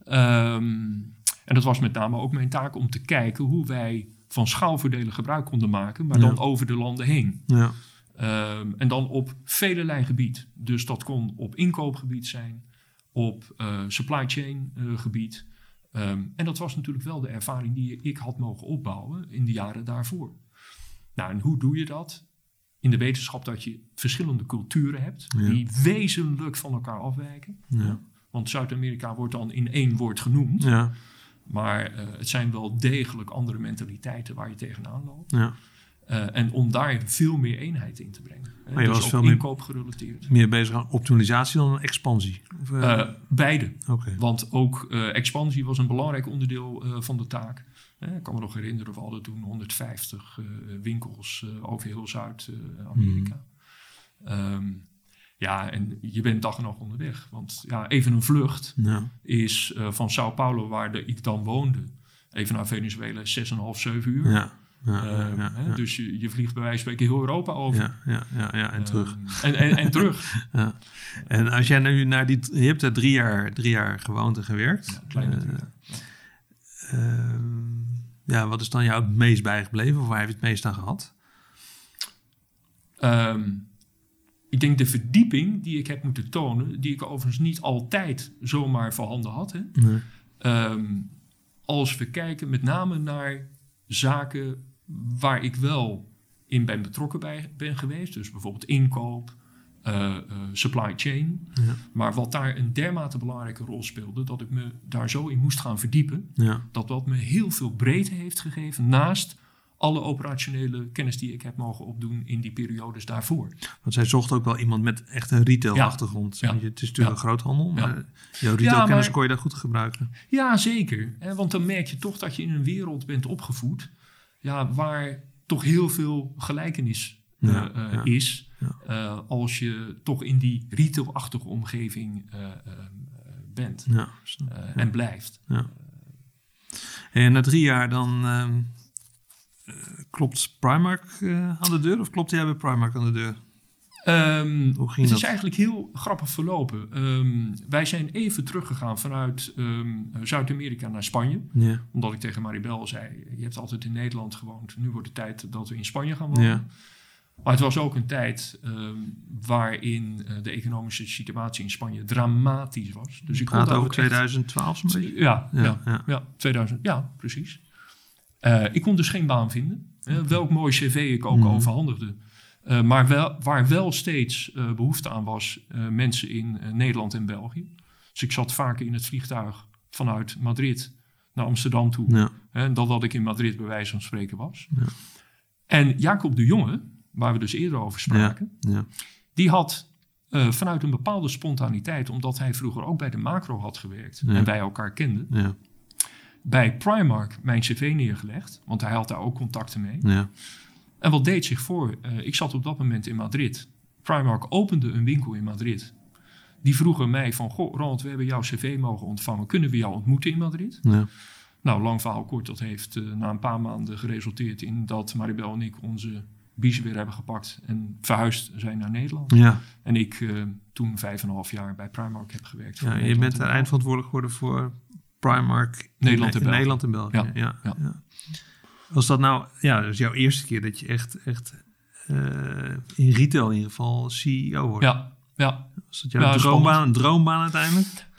Um, en dat was met name ook mijn taak om te kijken hoe wij van schaalvoordelen gebruik konden maken, maar dan ja. over de landen heen. Ja. Um, en dan op velelei gebied. Dus dat kon op inkoopgebied zijn, op uh, supply chain uh, gebied. Um, en dat was natuurlijk wel de ervaring die ik had mogen opbouwen in de jaren daarvoor. Nou, en hoe doe je dat? In de wetenschap dat je verschillende culturen hebt, ja. die wezenlijk van elkaar afwijken. Ja. Want Zuid-Amerika wordt dan in één woord genoemd. Ja. Maar uh, het zijn wel degelijk andere mentaliteiten waar je tegenaan loopt. Ja. Uh, en om daar veel meer eenheid in te brengen. Maar je dus was veel inkoop gerelateerd. Meer bezig aan optimalisatie dan expansie? Of, uh... Uh, beide. Okay. Want ook uh, expansie was een belangrijk onderdeel uh, van de taak. Uh, ik kan me nog herinneren, we hadden toen honderdvijftig uh, winkels uh, over heel Zuid-Amerika. Uh, mm. um, ja, en je bent dag en nacht onderweg. Want ja, even een vlucht ja. is uh, van Sao Paulo, waar de, ik dan woonde, even naar Venezuela, zes en een half, zeven uur. Ja. Ja, uh, ja, ja, hè, ja. Dus je, je vliegt bij wijze van spreken heel Europa over. Ja, ja, ja, ja en uh, terug. En, en, en terug. Ja. En als jij nu naar die... Je hebt er drie jaar, drie jaar gewoond en gewerkt. Ja, kleine uh, ja. Uh, ja, wat is dan jou het meest bijgebleven? Of waar heb je het meest aan gehad? Um, ik denk de verdieping die ik heb moeten tonen, die ik overigens niet altijd zomaar voorhanden had. Hè? Nee. Um, als we kijken met name naar zaken waar ik wel in ben betrokken bij ben geweest. Dus bijvoorbeeld inkoop, uh, uh, supply chain. Ja. Maar wat daar een dermate belangrijke rol speelde, dat ik me daar zo in moest gaan verdiepen. Ja. Dat dat me heel veel breedte heeft gegeven naast alle operationele kennis die ik heb mogen opdoen in die periodes daarvoor. Want zij zocht ook wel iemand met echt een retail-achtergrond. Ja. Ja. Het is natuurlijk ja. een groothandel, maar ja. jouw retailkennis ja, kon je daar goed gebruiken. Ja, zeker. Want dan merk je toch dat je in een wereld bent opgevoed, ja, waar toch heel veel gelijkenis uh, ja, uh, ja. is. Ja. Uh, als je toch in die retail-achtige omgeving uh, uh, bent ja. uh, ja. en blijft. Ja. En na drie jaar dan... Uh, Uh, klopt Primark uh, aan de deur of klopte jij bij Primark aan de deur? Um, Hoe ging het dat? is eigenlijk heel grappig verlopen. Um, wij zijn even teruggegaan vanuit um, Zuid-Amerika naar Spanje. Ja. Omdat ik tegen Maribel zei, je hebt altijd in Nederland gewoond. Nu wordt het tijd dat we in Spanje gaan wonen. Ja. Maar het was ook een tijd um, waarin uh, de economische situatie in Spanje dramatisch was. Dus ik praat over twintig twaalf zo'n beetje? Ja, ja, ja. Ja, ja, tweeduizend, ja, precies. Uh, ik kon dus geen baan vinden. Uh, welk mooi cv ik ook mm. overhandigde. Uh, maar wel, waar wel steeds uh, behoefte aan was, uh, mensen in uh, Nederland en België. Dus ik zat vaker in het vliegtuig vanuit Madrid naar Amsterdam toe. Ja. Uh, dan dat ik in Madrid bij wijze van spreken was. Ja. En Jacob de Jonge, waar we dus eerder over spraken, ja. Ja. die had uh, vanuit een bepaalde spontaniteit, omdat hij vroeger ook bij de Macro had gewerkt ja. en wij elkaar kenden, ja. bij Primark mijn cv neergelegd, want hij had daar ook contacten mee. Ja. En wat deed zich voor? Uh, ik zat op dat moment in Madrid. Primark opende een winkel in Madrid. Die vroegen mij van, goh Ronald, we hebben jouw cv mogen ontvangen. Kunnen we jou ontmoeten in Madrid? Ja. Nou, lang verhaal kort, dat heeft uh, na een paar maanden geresulteerd in dat Maribel en ik onze biezen weer hebben gepakt en verhuisd zijn naar Nederland. Ja. En ik uh, toen vijf en een half jaar bij Primark heb gewerkt. Ja, je bent er eindverantwoordelijk geworden voor Primark Nederland en, in, in Nederland en België. Ja. Ja. Ja. Ja. Was dat nou, ja, dat is jouw eerste keer dat je echt, echt uh, in retail in ieder geval C E O wordt? Ja, ja. Was dat jouw ja, droombaan, een droombaan uiteindelijk?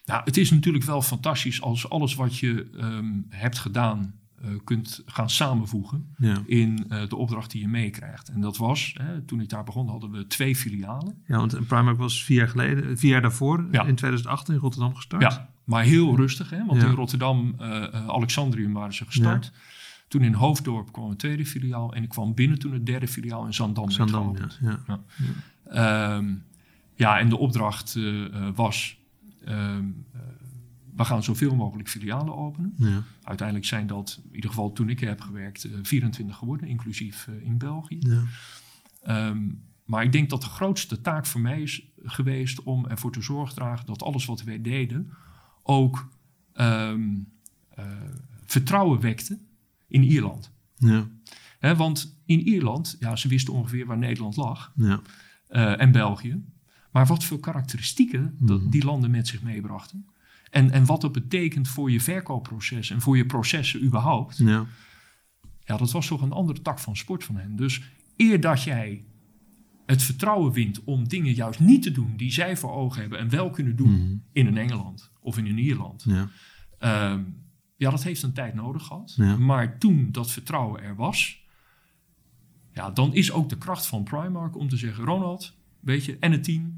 Nou, het is natuurlijk wel fantastisch als alles wat je um, hebt gedaan uh, kunt gaan samenvoegen ja. in uh, de opdracht die je meekrijgt. En dat was, hè, toen ik daar begon, hadden we twee filialen. Ja, want Primark was vier jaar geleden, vier jaar daarvoor, ja. in tweeduizend acht in Rotterdam gestart. Ja, maar heel rustig, hè, want ja. in Rotterdam, uh, uh, Alexandrium waren ze gestart. Ja. Toen in Hoofddorp kwam een tweede filiaal en ik kwam binnen toen het derde filiaal in Zandam. Zandam, ja. Ja. Ja. Ja. Um, ja, en de opdracht uh, uh, was... Um, uh, we gaan zoveel mogelijk filialen openen. Ja. Uiteindelijk zijn dat, in ieder geval toen ik heb gewerkt, uh, vierentwintig geworden, inclusief uh, in België. Ja. Um, maar ik denk dat de grootste taak voor mij is geweest om ervoor te zorgen dragen dat alles wat wij deden ook um, uh, vertrouwen wekte in Ierland. Ja. He, want in Ierland, ja, ze wisten ongeveer waar Nederland lag. Ja. Uh, en België. Maar wat voor karakteristieken mm. dat die landen met zich meebrachten. En, en wat dat betekent voor je verkoopproces en voor je processen überhaupt. Ja. Ja, dat was toch een andere tak van sport van hen. Dus eer dat jij het vertrouwen wint om dingen juist niet te doen die zij voor ogen hebben en wel kunnen doen mm. in een Engeland of in een Ierland. Ja. Um, ja, dat heeft een tijd nodig gehad. Ja. Maar toen dat vertrouwen er was, ja, dan is ook de kracht van Primark om te zeggen, Ronald, weet je, en het team,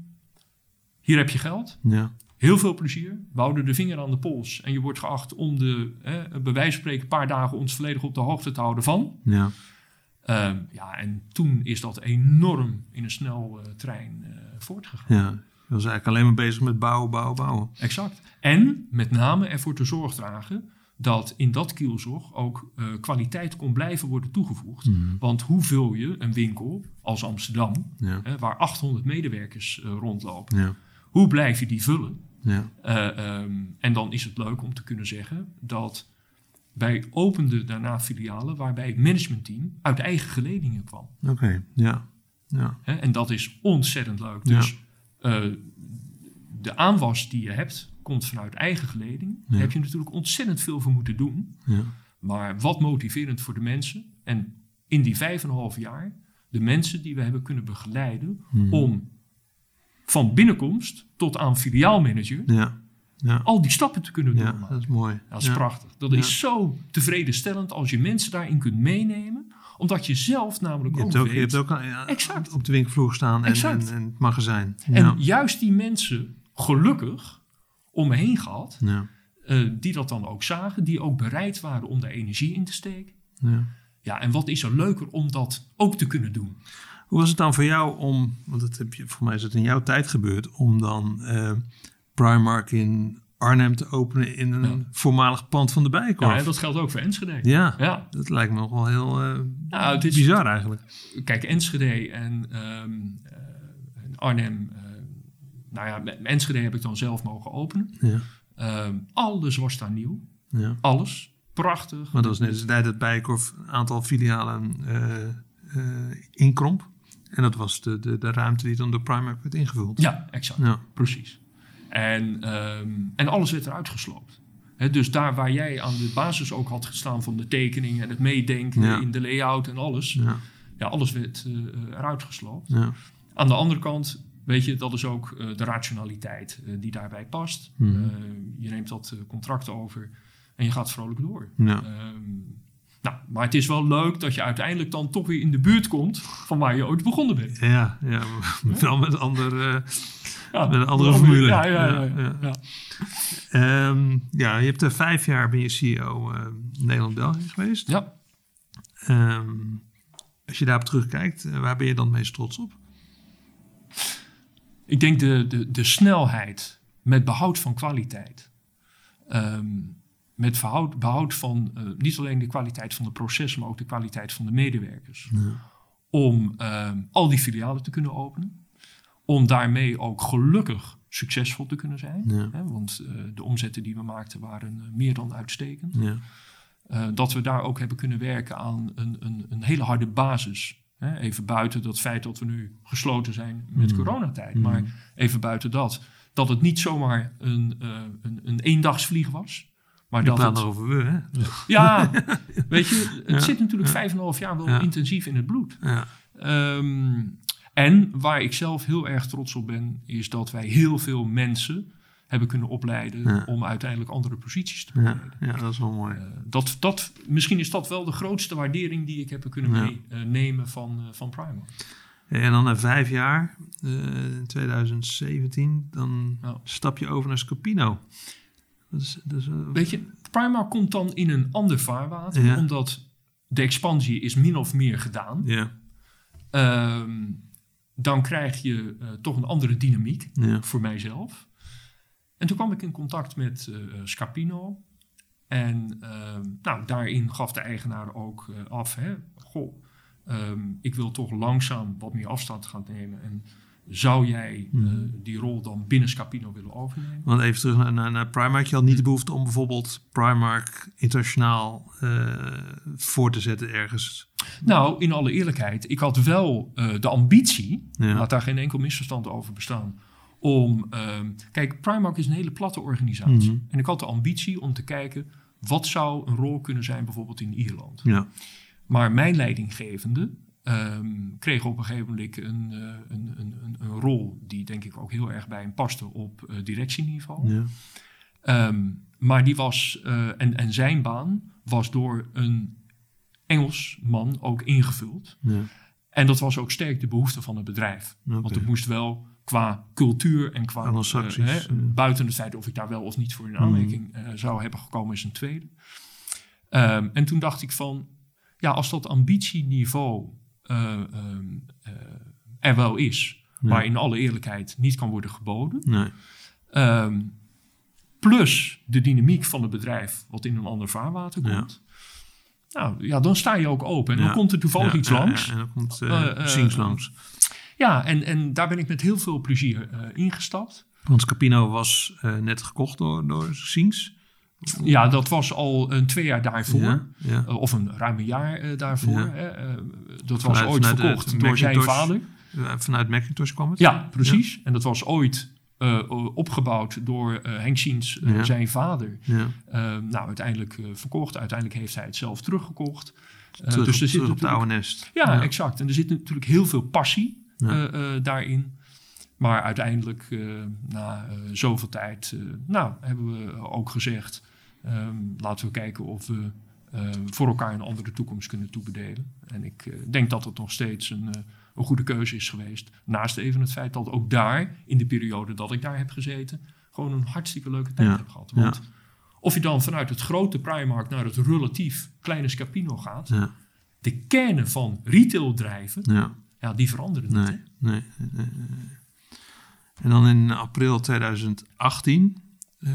hier heb je geld. Ja. Heel veel plezier. We houden de vinger aan de pols. En je wordt geacht om de, eh, bij wijze van spreken, een paar dagen ons volledig op de hoogte te houden van. Ja. Um, ja, en toen is dat enorm in een snel uh, trein uh, voortgegaan. Ja, je was eigenlijk alleen maar bezig met bouwen, bouwen, bouwen. Exact. En met name ervoor te zorg dragen dat in dat kielzog ook uh, kwaliteit kon blijven worden toegevoegd. Mm. Want hoe vul je een winkel als Amsterdam, ja. hè, waar achthonderd medewerkers uh, rondlopen, ja. hoe blijf je die vullen? Ja. Uh, um, en dan is het leuk om te kunnen zeggen dat wij openden daarna filialen waarbij het managementteam uit eigen geledingen kwam. Oké, okay. ja. ja. Hè, en dat is ontzettend leuk. Dus ja. uh, de aanwas die je hebt komt vanuit eigen geleding. Ja. Daar heb je natuurlijk ontzettend veel voor moeten doen. Ja. Maar wat motiverend voor de mensen. En in die vijf en een half jaar, de mensen die we hebben kunnen begeleiden, hmm. om van binnenkomst tot aan filiaalmanager, ja. Ja. al die stappen te kunnen doen. Ja, dat is mooi. Dat is ja. prachtig. Dat ja. is zo tevredenstellend als je mensen daarin kunt meenemen, omdat je zelf namelijk je ook, ook weet. Je hebt ook ja, exact. op de winkelvloer gestaan en, en, en het magazijn. Ja. En juist die mensen, gelukkig, om me heen gehad, ja. uh, die dat dan ook zagen, die ook bereid waren om daar energie in te steken. Ja. Ja, en wat is er leuker om dat ook te kunnen doen? Hoe was het dan voor jou om, want dat heb je, voor mij is het in jouw tijd gebeurd, om dan uh, Primark in Arnhem te openen in een ja. voormalig pand van de Bijenkorf? Ja, en dat geldt ook voor Enschede. Ja, ja. Dat lijkt me nog wel heel uh, nou, het is, bizar eigenlijk. Kijk, Enschede en um, uh, Arnhem, uh, nou ja, Enschede heb ik dan zelf mogen openen. Ja. Um, alles was daar nieuw. Ja. Alles. Prachtig. Maar dat was net als tijd dat Bijenkorf een aantal filialen uh, uh, inkromp. En dat was de, de, de ruimte die dan door Primark werd ingevuld. Ja, exact. Ja. Precies. En, um, en alles werd eruit gesloopt. He, dus daar waar jij aan de basis ook had gestaan van de tekeningen en het meedenken ja. in de layout en alles. Ja, ja alles werd uh, eruit gesloopt. Ja. Aan de andere kant, weet je, dat is ook uh, de rationaliteit uh, die daarbij past. Mm. Uh, je neemt dat uh, contract over en je gaat vrolijk door. Ja. Um, Nou, maar het is wel leuk dat je uiteindelijk dan toch weer in de buurt komt van waar je ooit begonnen bent. Ja, ja, wel met, ander, uh, ja, met een andere formule. Ja, ja, ja. ja, ja. ja. Um, ja je hebt er vijf jaar ben je C E O uh, Nederland-België geweest. Ja. Um, als je daarop terugkijkt, uh, waar ben je dan het meest trots op? Ik denk de, de, de snelheid met behoud van kwaliteit. Um, Met behoud, behoud van uh, niet alleen de kwaliteit van de processen, maar ook de kwaliteit van de medewerkers. Ja. Om uh, al die filialen te kunnen openen. Om daarmee ook gelukkig succesvol te kunnen zijn. Ja. Hè, want uh, de omzetten die we maakten waren uh, meer dan uitstekend. Ja. Uh, dat we daar ook hebben kunnen werken aan een, een, een hele harde basis. Hè, even buiten dat feit dat we nu gesloten zijn met mm. coronatijd. Mm. Maar even buiten dat. Dat het niet zomaar een, uh, een, een eendagsvlieg was. Maar je praat over we, hè? Ja, weet je, het ja, zit natuurlijk vijf en een half jaar wel ja. intensief in het bloed. Ja. Um, en waar ik zelf heel erg trots op ben, is dat wij heel veel mensen hebben kunnen opleiden ja. om uiteindelijk andere posities te bekleden. Ja, ja, dat is wel mooi. Uh, dat, dat, misschien is dat wel de grootste waardering die ik heb kunnen ja. meenemen uh, van, uh, van Primark. En dan na vijf jaar, uh, in twintig zeventien, dan ja. stap je over naar Scapino. Dat is, dat is, uh, Weet je, Primark komt dan in een ander vaarwater, ja. omdat de expansie is min of meer gedaan. Ja. Um, dan krijg je uh, toch een andere dynamiek ja. voor mijzelf. En toen kwam ik in contact met uh, Scapino. En uh, nou, daarin gaf de eigenaar ook uh, af, hè, goh, um, ik wil toch langzaam wat meer afstand gaan nemen. En zou jij uh, die rol dan binnen Scapino willen overnemen? Want even terug naar, naar, naar Primark. Je had niet de behoefte om bijvoorbeeld Primark internationaal uh, voor te zetten ergens? Nou, in alle eerlijkheid, ik had wel uh, de ambitie, ja. laat daar geen enkel misverstand over bestaan, om, uh, kijk, Primark is een hele platte organisatie. Mm-hmm. En ik had de ambitie om te kijken, wat zou een rol kunnen zijn bijvoorbeeld in Ierland? Ja. Maar mijn leidinggevende um, kreeg op een gegeven moment een, uh, een, een, een, een rol die denk ik ook heel erg bij hem paste op uh, directieniveau. Ja. Um, maar die was, uh, en, en zijn baan was door een Engelsman ook ingevuld. Ja. En dat was ook sterk de behoefte van het bedrijf. Okay. Want het moest wel qua cultuur en qua uh, hè, buiten het feit of ik daar wel of niet voor in aanmerking uh, zou hebben gekomen is een tweede. Um, en toen dacht ik van, ja, als dat ambitieniveau uh, um, uh, er wel is, ja. maar in alle eerlijkheid niet kan worden geboden. Nee. Um, plus de dynamiek van het bedrijf wat in een ander vaarwater komt. Ja. Nou ja, dan sta je ook open. En ja. dan komt er toevallig ja, iets ja, langs. Ja, en dan komt uh, uh, Sinks uh, langs. Ja, en, en daar ben ik met heel veel plezier uh, ingestapt. Want Scapino was uh, net gekocht door, door Sinks. Ja, dat was al een twee jaar daarvoor. Ja, ja. Uh, of een ruim een jaar uh, daarvoor. Ja. Hè. Uh, dat was vanuit, ooit verkocht door Macintosh, zijn vader. Uh, vanuit Macintosh kwam het? Ja, precies. Ja. En dat was ooit uh, opgebouwd door uh, Henk Sinks, uh, ja. zijn vader. Ja. Uh, nou, uiteindelijk uh, verkocht. Uiteindelijk heeft hij het zelf teruggekocht. Uh, terug, dus er zit terug op de oude nest. Ja, ja, exact. En er zit natuurlijk heel veel passie ja. uh, uh, daarin. Maar uiteindelijk, uh, na uh, zoveel tijd, uh, nou, hebben we ook gezegd, um, laten we kijken of we uh, voor elkaar een andere toekomst kunnen toebedelen. En ik uh, denk dat het nog steeds een, uh, een goede keuze is geweest. Naast even het feit dat ook daar, in de periode dat ik daar heb gezeten, gewoon een hartstikke leuke tijd ja. heb gehad. Want ja. of je dan vanuit het grote Primark naar het relatief kleine Scapino gaat, ja. de kernen van retaildrijven, ja. ja, die veranderen nee, niet. Hè? Nee, nee, nee, nee. En dan in april twintig achttien uh,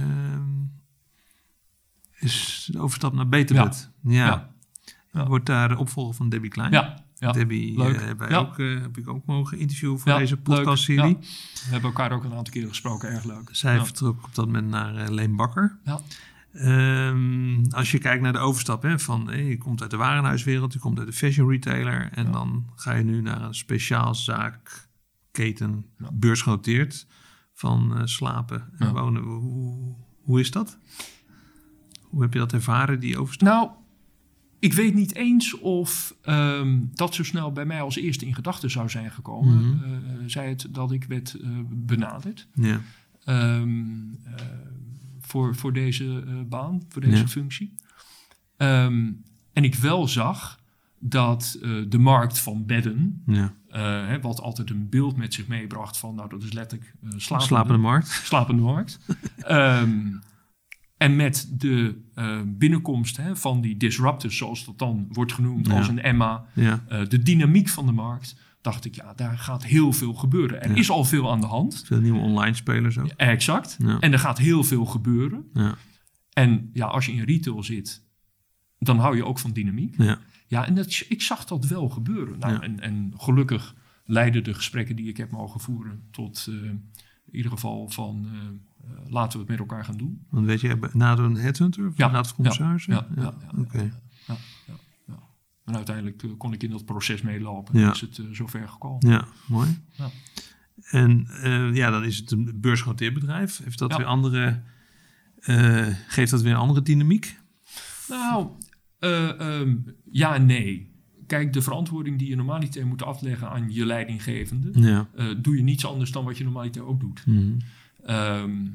is de overstap naar Beterbed. Ja. Ja. Ja. Ja. Wordt daar de opvolger van Debbie Klein. Ja. Ja. Debbie uh, hebben wij ja. ook, uh, heb ik ook mogen interviewen voor ja, deze podcastserie. Ja. We hebben elkaar ook een aantal keren gesproken, erg leuk. Zij ja. vertrok op dat moment naar uh, Leen Bakker. Ja. Um, als je kijkt naar de overstap, hè, van hey, je komt uit de warenhuiswereld, je komt uit de fashion retailer en ja. dan ga je nu naar een speciaal zaakketen, ja. beursgenoteerd, van uh, slapen en ja. wonen. Hoe, hoe is dat? Hoe heb je dat ervaren, die overstap? Nou, ik weet niet eens of um, dat zo snel bij mij als eerste in gedachten zou zijn gekomen. Mm-hmm. Uh, zei het dat ik werd uh, benaderd. Ja. Um, uh, voor, voor deze uh, baan, voor deze ja. functie. Um, en ik wel zag dat uh, de markt van bedden, ja. uh, hè, wat altijd een beeld met zich meebracht van, nou dat is letterlijk uh, slapende, slapende markt. Slapende markt. um, en met de uh, binnenkomst hè, van die disruptors, zoals dat dan wordt genoemd, ja. als een Emma, ja. uh, de dynamiek van de markt, dacht ik, ja, daar gaat heel veel gebeuren. Er ja. is al veel aan de hand. Veel nieuwe online spelers ook. Exact. Ja. En er gaat heel veel gebeuren. Ja. En ja, als je in retail zit, dan hou je ook van dynamiek. Ja, ja en dat, ik zag dat wel gebeuren. Nou, ja. en, en gelukkig leiden de gesprekken die ik heb mogen voeren tot uh, in ieder geval van uh, uh, laten we het met elkaar gaan doen. Want weet je, na een headhunter of ja. na het commissarissen? Ja, ja, ja, ja, ja, okay. ja, ja, ja, ja. En uiteindelijk uh, kon ik in dat proces meelopen. Ja. En is het uh, zover gekomen. Ja, mooi. Ja. En uh, ja, dan is het een beursgenoteerd bedrijf. Heeft dat ja. weer andere, uh, geeft dat weer een andere dynamiek? Nou, uh, um, ja en nee. Kijk, de verantwoording die je normaliter moet afleggen aan je leidinggevende, ja. uh, doe je niets anders dan wat je normaliter ook doet. Mm-hmm. Um,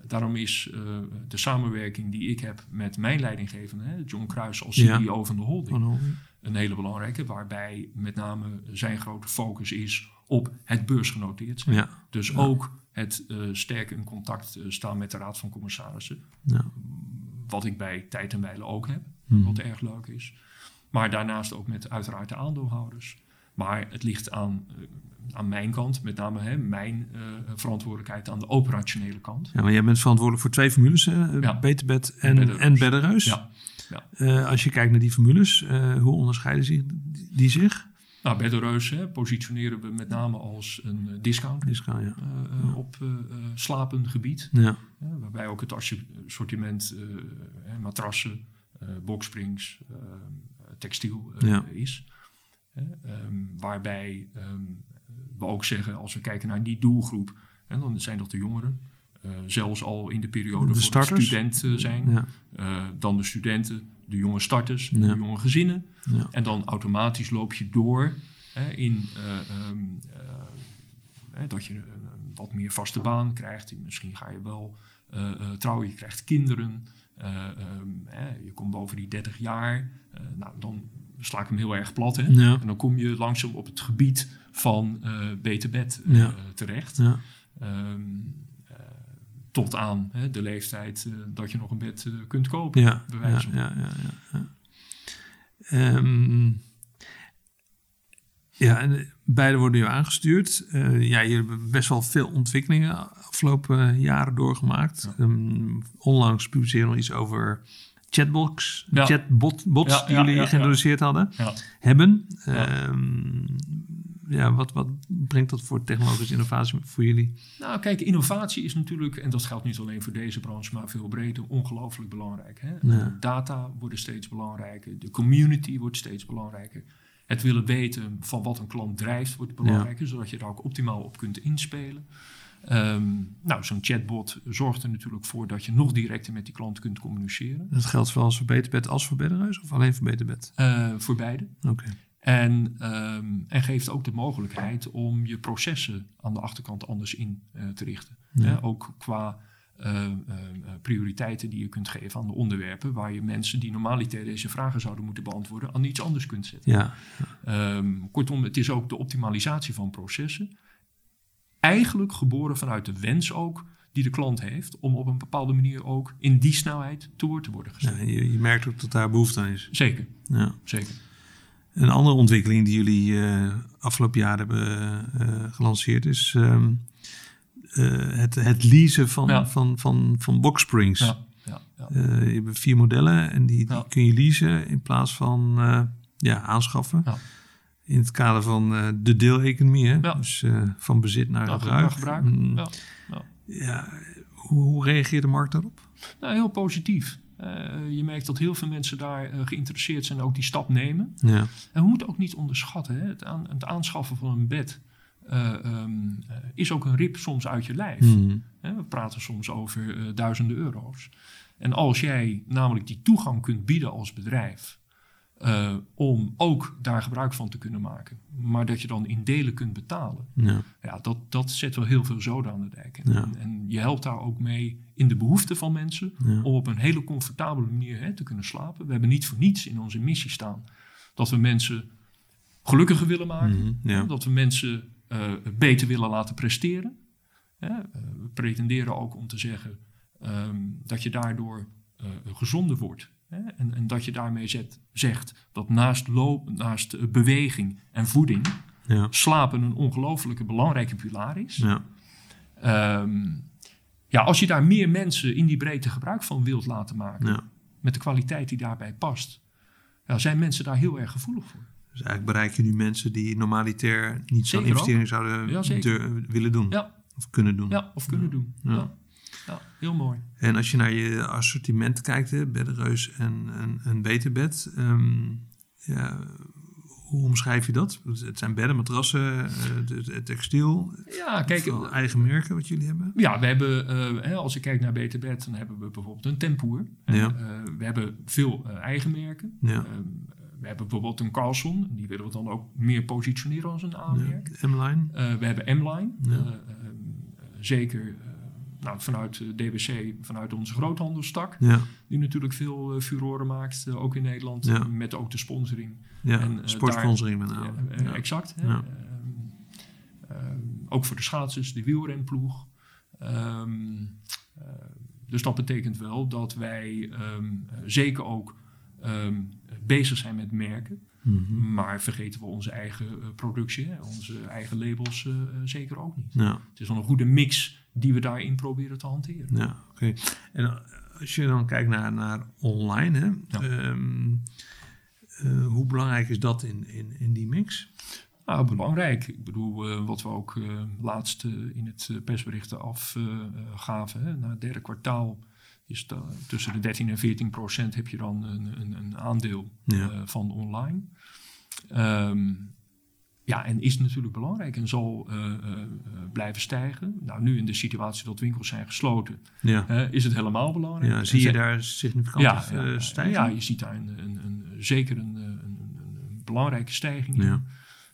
daarom is uh, de samenwerking die ik heb met mijn leidinggevende, hè, John Kruis als C E O ja. van de holding, van holding, een hele belangrijke, waarbij met name zijn grote focus is op het beursgenoteerd zijn. Ja. Dus ja. ook het uh, sterk in contact uh, staan met de Raad van Commissarissen. Ja. Wat ik bij Tijd en Wijle ook heb, hmm. wat erg leuk is. Maar daarnaast ook met uiteraard de aandeelhouders. Maar het ligt aan, uh, aan mijn kant, met name hè, mijn uh, verantwoordelijkheid aan de operationele kant. Ja, maar jij bent verantwoordelijk voor twee formules, uh, ja. Beterbed en, en Beddereus. Ja. Ja. Uh, als je kijkt naar die formules, uh, hoe onderscheiden zich, die zich? Nou, Beddereus hè, positioneren we met name als een discount, discount ja. uh, ja. op uh, slapend gebied. Ja. Uh, waarbij ook het assortiment uh, uh, matrassen, uh, boxsprings, uh, textiel uh, ja. is. Uh, um, waarbij um, we ook zeggen, als we kijken naar die doelgroep, hè, dan zijn dat de jongeren. Uh, zelfs al in de periode de voor de student uh, zijn. Ja. Uh, dan de studenten, de jonge starters, ja. de jonge gezinnen. Ja. En dan automatisch loop je door hè, in uh, um, uh, dat je een, een wat meer vaste baan krijgt. Misschien ga je wel uh, uh, trouwen, je krijgt kinderen. Uh, um, hè, je komt boven die dertig jaar. Uh, nou, dan sla ik hem heel erg plat. Hè? Ja. En dan kom je langzaam op het gebied van uh, Beterbed uh, ja. terecht. Ja. Um, Tot aan hè, de leeftijd uh, dat je nog een bed uh, kunt kopen. Ja, bij wijze van. Ja, ja, ja, ja. Um, ja, en beide worden je aangestuurd. Uh, ja, je hebt best wel veel ontwikkelingen afgelopen jaren doorgemaakt. Ja. Um, onlangs publiceerde nog iets over chatbox, ja. chatbots ja, die ja, jullie ja, geïntroduceerd ja. hadden, ja. hebben. Ja. Um, Ja, wat, wat brengt dat voor technologische innovatie voor jullie? Nou, kijk, innovatie is natuurlijk, en dat geldt niet alleen voor deze branche, maar veel breder, ongelooflijk belangrijk. Hè? Ja. Data worden steeds belangrijker, de community wordt steeds belangrijker. Het willen weten van wat een klant drijft wordt belangrijker, ja. zodat je daar ook optimaal op kunt inspelen. Um, nou, zo'n chatbot zorgt er natuurlijk voor dat je nog directer met die klant kunt communiceren. Dat geldt zowel voor Beterbed als voor Beddereus of alleen voor Beterbed? Uh, voor beide. Oké. Okay. En, um, en geeft ook de mogelijkheid om je processen aan de achterkant anders in uh, te richten. Ja. Hè? Ook qua uh, uh, prioriteiten die je kunt geven aan de onderwerpen, waar je mensen die normaliter deze vragen zouden moeten beantwoorden aan iets anders kunt zetten. Ja. Ja. Um, kortom, het is ook de optimalisatie van processen. Eigenlijk geboren vanuit de wens ook die de klant heeft om op een bepaalde manier ook in die snelheid te woord te worden gesteld. Ja, je, je merkt ook dat daar behoefte aan is. Zeker, ja. Zeker. Een andere ontwikkeling die jullie uh, afgelopen jaar hebben uh, gelanceerd is um, uh, het, het leasen van, ja. van, van, van boxsprings. Ja. Ja. Ja. Uh, je hebt vier modellen en die, die ja. kun je leasen in plaats van uh, ja, aanschaffen. Ja. In het kader van uh, de deeleconomie, hè? Ja. Dus uh, van bezit naar ja, gebruik. gebruik. Mm. Ja. Ja. Ja, hoe, hoe reageert de markt daarop? Nou, heel positief. Uh, je merkt dat heel veel mensen daar uh, geïnteresseerd zijn en ook die stap nemen. Ja. En we moeten ook niet onderschatten. Hè? Het, aan, het aanschaffen van een bed uh, um, uh, is ook een rip soms uit je lijf. Mm. Uh, we praten soms over uh, duizenden euro's. En als jij namelijk die toegang kunt bieden als bedrijf, Uh, om ook daar gebruik van te kunnen maken, maar dat je dan in delen kunt betalen. Ja. Ja, dat, dat zet wel heel veel zoden aan de dijk. En, ja. en je helpt daar ook mee in de behoeften van mensen ja. om op een hele comfortabele manier hè, te kunnen slapen. We hebben niet voor niets in onze missie staan dat we mensen gelukkiger willen maken, mm-hmm, ja. dat we mensen uh, beter willen laten presteren. Ja, uh, we pretenderen ook om te zeggen um, dat je daardoor uh, gezonder wordt. En, en dat je daarmee zet, zegt dat naast, loop, naast uh, beweging en voeding ja. slapen een ongelooflijke belangrijke pilaar is. Ja. Um, ja, als je daar meer mensen in die breedte gebruik van wilt laten maken, ja. met de kwaliteit die daarbij past, ja, zijn mensen daar heel erg gevoelig voor. Dus eigenlijk bereik je nu mensen die normaliter niet zo'n investering zouden ja, de, willen doen. Ja. Of kunnen doen. Ja, of kunnen ja. doen. Ja. Ja. Ja, heel mooi. En als je naar je assortiment kijkt, hè, Beddereus en, en, en Beterbed, um, ja, hoe omschrijf je dat? Het zijn bedden, matrassen, het, het textiel, ja, kijk, eigen merken wat jullie hebben? Ja, we hebben, uh, hè, als ik kijk naar Beterbed, dan hebben we bijvoorbeeld een Tempoer. Ja. Uh, we hebben veel uh, eigen merken. Ja. Uh, we hebben bijvoorbeeld een Carlson, die willen we dan ook meer positioneren als een A-merk. Ja, M-Line. Uh, we hebben M-Line, ja. uh, uh, zeker... Uh, nou, vanuit uh, D B C, vanuit onze groothandelstak. Ja. Die natuurlijk veel uh, furoren maakt, uh, ook in Nederland. Ja. Met ook de sponsoring. Ja, en, uh, sportsponsoring met name. Ja, uh, ja. Exact. Ja. Hè? Uh, uh, ook voor de schaatsers, de wielrenploeg. Um, uh, dus dat betekent wel dat wij um, uh, zeker ook um, bezig zijn met merken. Mm-hmm. Maar vergeten we onze eigen uh, productie, hè? Onze eigen labels uh, uh, zeker ook niet. Ja. Het is wel een goede mix die we daarin proberen te hanteren. Ja, oké. Okay. En als je dan kijkt naar, naar online, hè, ja. um, uh, hoe belangrijk is dat in, in, in die mix? Nou, belangrijk. Ik bedoel, uh, wat we ook uh, laatst uh, in het uh, persbericht afgaven. Uh, na het derde kwartaal is dat, tussen de dertien en veertien procent heb je dan een, een, een aandeel ja. uh, van online. Um, ja, en is natuurlijk belangrijk en zal uh, uh, blijven stijgen. Nou, nu in de situatie dat winkels zijn gesloten, ja. uh, is het helemaal belangrijk. Ja, zie je daar significant ja, uh, ja, stijging? Ja, je ziet daar een, een, een, zeker een, een, een, een belangrijke stijging in. Ja.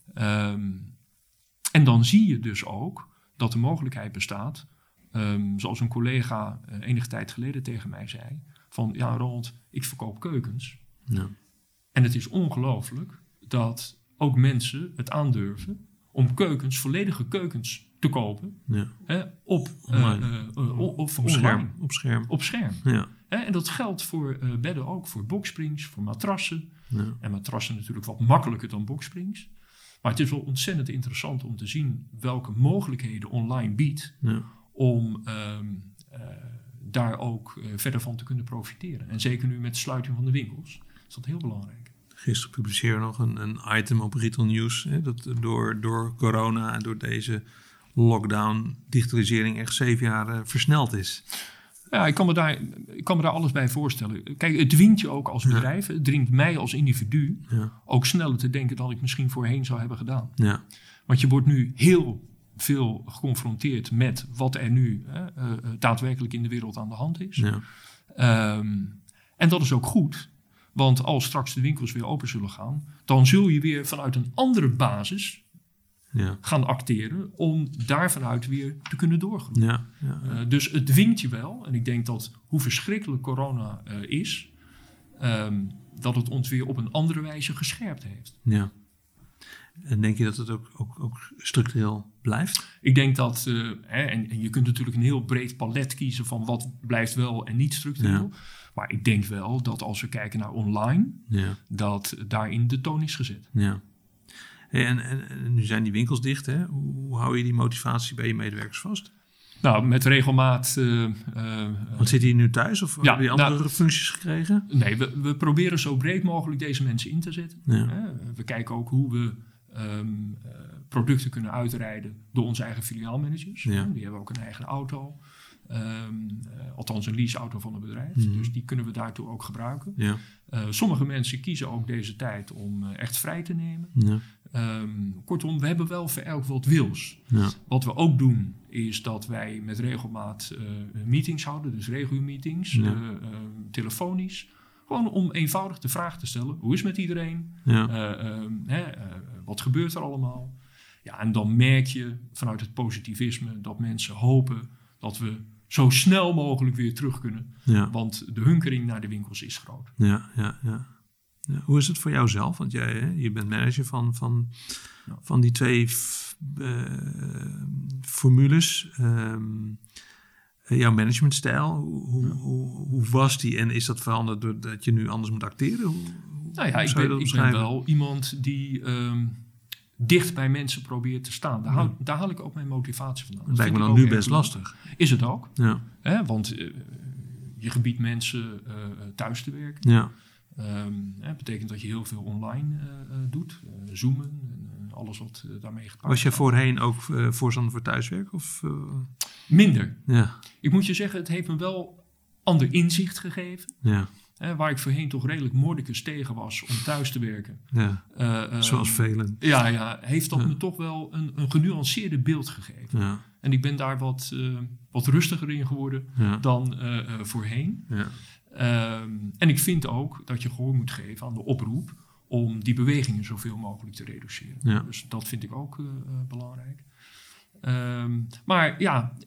Um, en dan zie je dus ook dat de mogelijkheid bestaat, um, zoals een collega uh, enige tijd geleden tegen mij zei, van ja Ronald, ik verkoop keukens. Ja. En het is ongelooflijk dat ook mensen het aandurven om keukens, volledige keukens te kopen, ja. hè, op, uh, uh, uh, of op online. Scherm. Op scherm. Op scherm. Ja. Hè, en dat geldt voor uh, bedden ook, voor boxsprings, voor matrassen. Ja. En matrassen natuurlijk wat makkelijker dan boxsprings. Maar het is wel ontzettend interessant om te zien welke mogelijkheden online biedt ja. om um, uh, daar ook uh, verder van te kunnen profiteren. En zeker nu met de sluiting van de winkels is dat heel belangrijk. Gisteren publiceerde nog een, een item op Retail News, hè, dat door, door corona en door deze lockdown digitalisering echt zeven jaar uh, versneld is. Ja, ik kan, me daar, ik kan me daar alles bij voorstellen. Kijk, het dwingt je ook als bedrijf. Ja. Het dwingt mij als individu ja. ook sneller te denken dan ik misschien voorheen zou hebben gedaan. Ja. Want je wordt nu heel veel geconfronteerd met wat er nu hè, uh, daadwerkelijk in de wereld aan de hand is. Ja. Um, en dat is ook goed. Want als straks de winkels weer open zullen gaan, dan zul je weer vanuit een andere basis ja. gaan acteren om daar vanuit weer te kunnen doorgroeien. Ja, ja, ja. Uh, dus het dwingt je wel. En ik denk dat hoe verschrikkelijk corona uh, is, um, dat het ons weer op een andere wijze gescherpt heeft. Ja. En denk je dat het ook, ook, ook structureel blijft? Ik denk dat, uh, hè, en, en je kunt natuurlijk een heel breed palet kiezen van wat blijft wel en niet structureel. Ja. Maar ik denk wel dat als we kijken naar online, ja. dat daarin de toon is gezet. Ja. Hey, en, en, en nu zijn die winkels dicht, hè? Hoe hou je die motivatie bij je medewerkers vast? Nou, met regelmaat... Uh, uh, Want zitten die nu thuis of ja, hebben die andere nou, functies gekregen? Nee, we, we proberen zo breed mogelijk deze mensen in te zetten. Ja. Uh, we kijken ook hoe we um, uh, producten kunnen uitrijden door onze eigen filiaalmanagers. Ja. Die hebben ook een eigen auto. Um, uh, althans een leaseauto van een bedrijf. Mm-hmm. Dus die kunnen we daartoe ook gebruiken. Ja. Uh, sommige mensen kiezen ook deze tijd om uh, echt vrij te nemen. Ja. Um, kortom, we hebben wel voor elk wat wils. Ja. Wat we ook doen is dat wij met regelmaat uh, meetings houden. Dus regu-meetings, ja. uh, uh, telefonisch. Gewoon om eenvoudig de vraag te stellen. Hoe is het met iedereen? Ja. Uh, uh, hè, uh, wat gebeurt er allemaal? Ja, en dan merk je vanuit het positivisme dat mensen hopen dat we zo snel mogelijk weer terug kunnen. Ja. Want de hunkering naar de winkels is groot. Ja, ja, ja. Ja, hoe is het voor jou zelf? Want jij hè, je bent manager van, van, ja. van die twee f, uh, formules. Um, jouw managementstijl, hoe, ja. hoe, hoe was die? En is dat veranderd doordat je nu anders moet acteren? Hoe, nou ja, ik ben, ik ben wel iemand die um, dicht bij mensen probeert te staan. Daar, ja. haal, daar haal ik ook mijn motivatie vandaan. Dat lijkt me dan nu best lastig. Is het ook. Ja. Hè, want uh, je gebiedt mensen uh, thuis te werken. Ja. Um, hè, betekent dat je heel veel online uh, uh, doet. Uh, zoomen en uh, alles wat uh, daarmee gepaard Was je voorheen ook uh, voorstander voor thuiswerk? Of, uh... Minder. Ja. Ik moet je zeggen, het heeft me wel ander inzicht gegeven. Ja. Hè, waar ik voorheen toch redelijk mordicus tegen was om thuis te werken. Ja. Uh, uh, Zoals velen. Ja, ja, heeft dat ja. me toch wel een, een genuanceerde beeld gegeven. Ja. En ik ben daar wat, uh, wat rustiger in geworden ja. dan uh, uh, voorheen. Ja. Um, en ik vind ook dat je gehoor moet geven aan de oproep om die bewegingen zoveel mogelijk te reduceren. Ja. Dus dat vind ik ook uh, uh, belangrijk. Um, maar ja,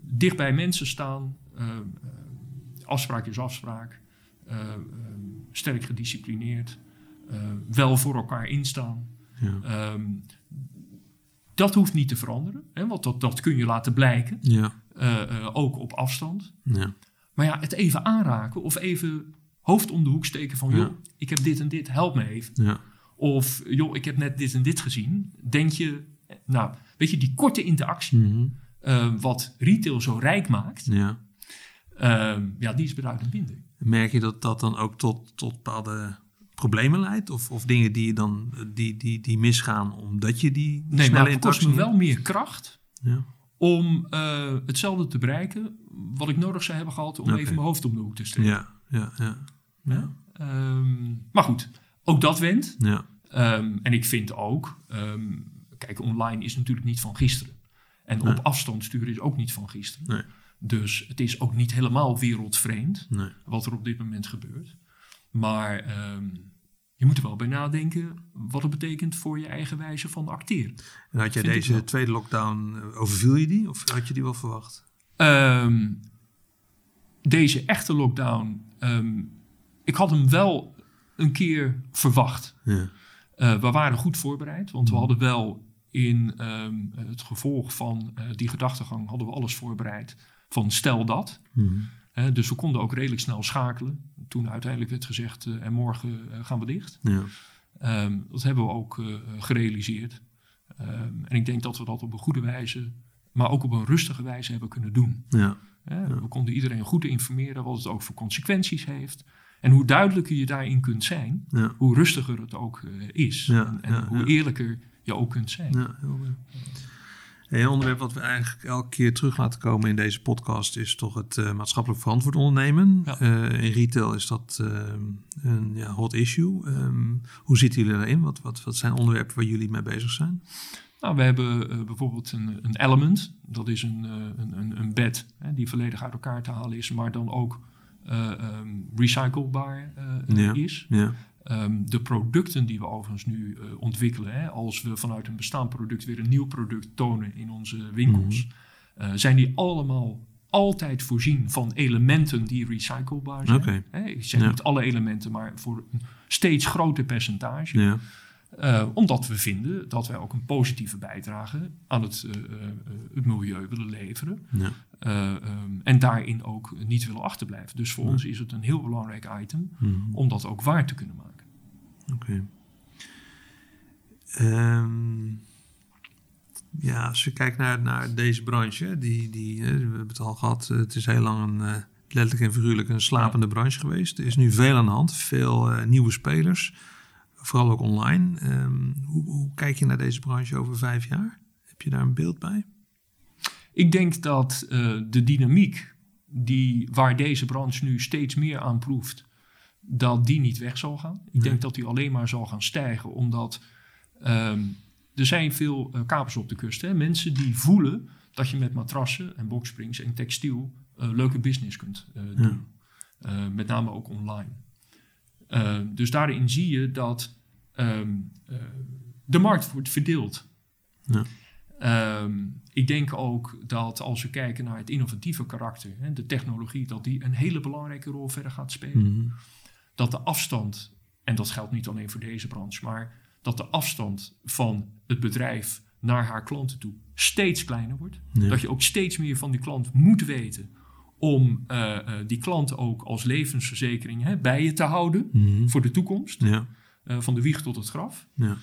dicht bij mensen staan, uh, uh, afspraak is afspraak, uh, uh, sterk gedisciplineerd, uh, wel voor elkaar instaan. Ja. Um, dat hoeft niet te veranderen, hè, want dat, dat kun je laten blijken, ja. uh, uh, ook op afstand. Ja. Maar ja, het even aanraken of even hoofd om de hoek steken van... Ja. joh, ik heb dit en dit, help me even. Ja. Of joh, ik heb net dit en dit gezien. Denk je, nou, weet je, die korte interactie... Mm-hmm. Uh, wat retail zo rijk maakt... Ja, uh, ja die is beduidend minder. Merk je dat dat dan ook tot, tot bepaalde problemen leidt? Of, of dingen die, dan, die, die, die misgaan omdat je die nee, snelle maar het kost me wel meer kracht... Ja. om uh, hetzelfde te bereiken... wat ik nodig zou hebben gehad om okay. even mijn hoofd om de hoek te steken. Ja, ja, ja. ja. ja? Um, maar goed, ook dat went. Ja. Um, en ik vind ook... Um, kijk, online is natuurlijk niet van gisteren. En nee. op afstand sturen is ook niet van gisteren. Nee. Dus het is ook niet helemaal wereldvreemd... Nee. wat er op dit moment gebeurt. Maar um, je moet er wel bij nadenken... wat het betekent voor je eigen wijze van acteren. En had jij vind deze tweede lockdown... overviel je die? Of had je die wel verwacht? Um, deze echte lockdown... Um, ik had hem wel een keer verwacht. Ja. Uh, we waren goed voorbereid. Want we hadden wel in um, het gevolg van uh, die gedachtegang... hadden we alles voorbereid van stel dat. Mm-hmm. Uh, dus we konden ook redelijk snel schakelen. Toen uiteindelijk werd gezegd... Uh, en morgen uh, gaan we dicht. Ja. Um, dat hebben we ook uh, gerealiseerd. Um, en ik denk dat we dat op een goede wijze... maar ook op een rustige wijze hebben kunnen doen. Ja. Uh, ja. We konden iedereen goed informeren... wat het ook voor consequenties heeft... En hoe duidelijker je daarin kunt zijn, ja. hoe rustiger het ook uh, is. Ja, en en ja, hoe ja. eerlijker je ook kunt zijn. Ja, heel goed. Een onderwerp wat we eigenlijk elke keer terug laten komen in deze podcast... is toch het uh, maatschappelijk verantwoord ondernemen. Ja. Uh, in retail is dat uh, een ja, hot issue. Um, hoe zitten jullie daarin? Wat, wat, wat zijn onderwerpen waar jullie mee bezig zijn? Nou, we hebben uh, bijvoorbeeld een, een element. Dat is een, uh, een, een, een bed hè, die volledig uit elkaar te halen is... maar dan ook... Uh, um, recyclebaar uh, ja, is. Ja. Um, de producten die we overigens nu uh, ontwikkelen... Hè, als we vanuit een bestaand product weer een nieuw product tonen in onze winkels... Mm-hmm. Uh, zijn die allemaal altijd voorzien van elementen die recyclebaar zijn. Okay. Hè, ik zeg ja. niet alle elementen, maar voor een steeds groter percentage... Ja. Uh, omdat we vinden dat wij ook een positieve bijdrage aan het, uh, uh, het milieu willen leveren. Ja. Uh, um, en daarin ook niet willen achterblijven. Dus voor ja. ons is het een heel belangrijk item mm-hmm. om dat ook waar te kunnen maken. Oké. Okay. Um, ja, als je kijkt naar, naar deze branche, die, die, we hebben het al gehad, het is heel lang een, uh, letterlijk en figuurlijk een slapende ja. branche geweest. Er is nu veel aan de hand, veel uh, nieuwe spelers. Vooral ook online. Um, hoe, hoe kijk je naar deze branche over vijf jaar? Heb je daar een beeld bij? Ik denk dat uh, de dynamiek die, waar deze branche nu steeds meer aan proeft... dat die niet weg zal gaan. Ik nee. denk dat die alleen maar zal gaan stijgen. Omdat um, er zijn veel uh, kapers op de kust. Hè? Mensen die voelen dat je met matrassen en boxsprings en textiel... Uh, leuke business kunt uh, doen. Ja. Uh, met name ook online. Uh, dus daarin zie je dat um, uh, de markt wordt verdeeld. Ja. Um, ik denk ook dat als we kijken naar het innovatieve karakter... Hè, de technologie, dat die een hele belangrijke rol verder gaat spelen. Mm-hmm. Dat de afstand, en dat geldt niet alleen voor deze branche... maar dat de afstand van het bedrijf naar haar klanten toe steeds kleiner wordt. Ja. Dat je ook steeds meer van die klant moet weten... om uh, uh, die klant ook als levensverzekering hè, bij je te houden... Mm-hmm. voor de toekomst. Ja. Uh, van de wieg tot het graf. Ja.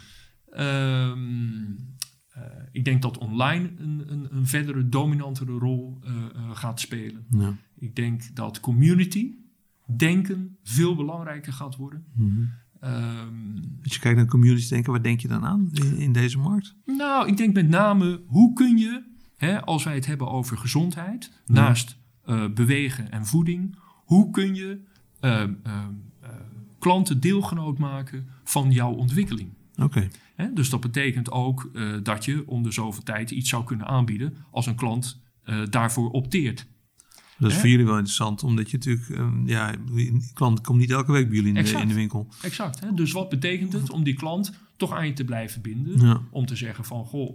Um, uh, ik denk dat online een, een, een verdere dominantere rol uh, uh, gaat spelen. Ja. Ik denk dat community denken veel belangrijker gaat worden. Mm-hmm. Um, Als je kijkt naar community denken, waar denk je dan aan in, in deze markt? Nou, ik denk met name, hoe kun je, hè, als wij het hebben over gezondheid... Ja. naast uh, bewegen en voeding, hoe kun je uh, uh, uh, klanten deelgenoot maken van jouw ontwikkeling? Okay. Hè, dus dat betekent ook uh, dat je om de zoveel tijd iets zou kunnen aanbieden... als een klant uh, daarvoor opteert. Dat is Hè? voor jullie wel interessant, omdat je natuurlijk... Um, ja, een klant komt niet elke week bij jullie in, de, in de winkel. Exact. Hè? Dus wat betekent het om die klant toch aan je te blijven binden? Ja. Om te zeggen van, goh,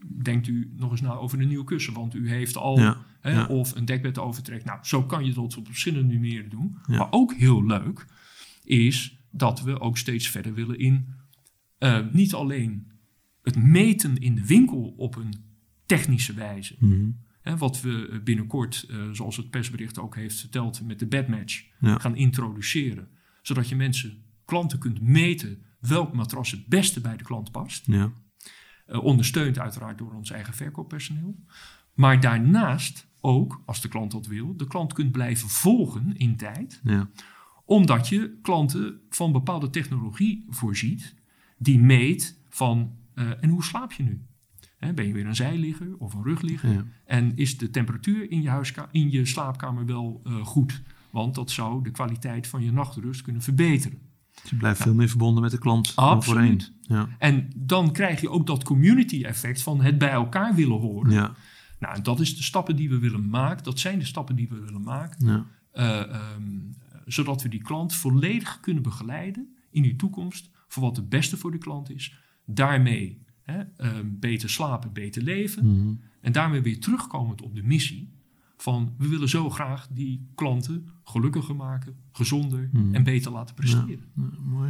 denkt u nog eens na over een nieuw kussen, want u heeft al Ja, hè, ja. of een dekbed overtrekt. Nou, zo kan je dat op verschillende manieren doen. Ja. Maar ook heel leuk is dat we ook steeds verder willen in uh, niet alleen het meten in de winkel op een technische wijze. Mm-hmm. Hè, wat we binnenkort, uh, zoals het persbericht ook heeft verteld, met de bedmatch Ja. gaan introduceren. Zodat je mensen, klanten kunt meten welk matras het beste bij de klant past. Ja. Uh, ondersteund uiteraard door ons eigen verkooppersoneel. Maar daarnaast ook, als de klant dat wil, de klant kunt blijven volgen in tijd. Ja. Omdat je klanten van bepaalde technologie voorziet die meet van uh, en hoe slaap je nu? Hè, ben je weer een zijligger of een rugligger? Ja. En is de temperatuur in je, huiska- in je slaapkamer wel uh, goed? Want dat zou de kwaliteit van je nachtrust kunnen verbeteren. Dus je blijft Ja. veel meer verbonden met de klant dan voorheen. Absoluut. Ja. En dan krijg je ook dat community effect van het bij elkaar willen horen. Ja. Nou, en dat is de stappen die we willen maken. Dat zijn de stappen die we willen maken. Ja. Uh, um, zodat we die klant volledig kunnen begeleiden in die toekomst voor wat het beste voor de klant is. Daarmee hè, um, beter slapen, beter leven. Mm-hmm. En daarmee weer terugkomend op de missie van we willen zo graag die klanten gelukkiger maken, gezonder Mm. en beter laten presteren. Ja, ja, mooi.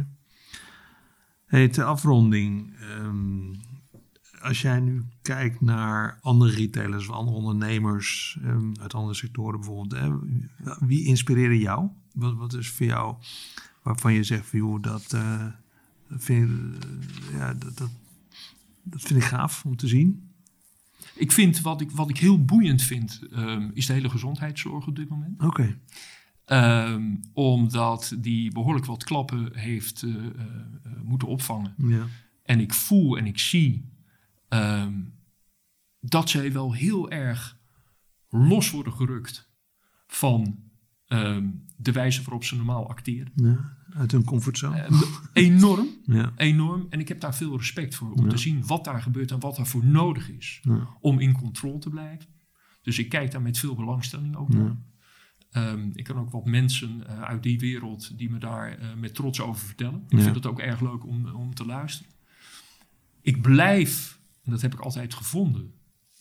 Hey, ter afronding, um, als jij nu kijkt naar andere retailers of andere ondernemers um, uit andere sectoren bijvoorbeeld, hè, wie inspireren jou? Wat, wat is voor jou waarvan je zegt van joh, dat, uh, dat, vind, uh, ja, dat, dat, dat vind ik gaaf om te zien? Ik vind, wat ik, wat ik heel boeiend vind, um, is de hele gezondheidszorg op dit moment. Oké. Okay. Um, omdat die behoorlijk wat klappen heeft uh, uh, moeten opvangen. Ja. En ik voel en ik zie um, dat zij wel heel erg los worden gerukt van um, de wijze waarop ze normaal acteren. Ja, uit hun comfortzone. Uh, enorm, ja. enorm. En ik heb daar veel respect voor om ja. te zien wat daar gebeurt en wat daarvoor nodig is Ja. om in controle te blijven. Dus ik kijk daar met veel belangstelling ook naar. Ja. Um, ik kan ook wat mensen uh, uit die wereld die me daar uh, met trots over vertellen. Ik ja. vind het ook erg leuk om, om te luisteren. Ik blijf, en dat heb ik altijd gevonden,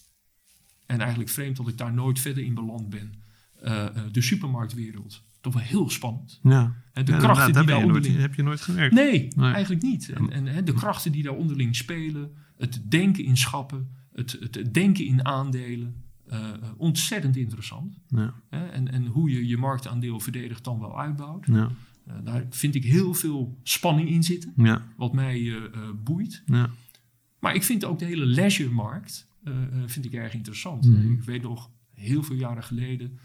en eigenlijk vreemd dat ik daar nooit verder in beland ben, uh, uh, de supermarktwereld. Toch wel heel spannend. Ja. En de ja, krachten die daar onderling... Nooit, heb je nooit gewerkt? Nee, nee. eigenlijk niet. En, en hè, de krachten die daar onderling spelen, het denken in schappen, het, het denken in aandelen, uh, ontzettend interessant. Ja. Hè, en, en hoe je je marktaandeel verdedigt dan wel uitbouwt. Ja. Uh, daar vind ik heel veel spanning in zitten, ja. wat mij uh, uh, boeit. Ja. Maar ik vind ook de hele leisuremarkt uh, uh, vind ik erg interessant. Mm-hmm. Ik weet nog, heel veel jaren geleden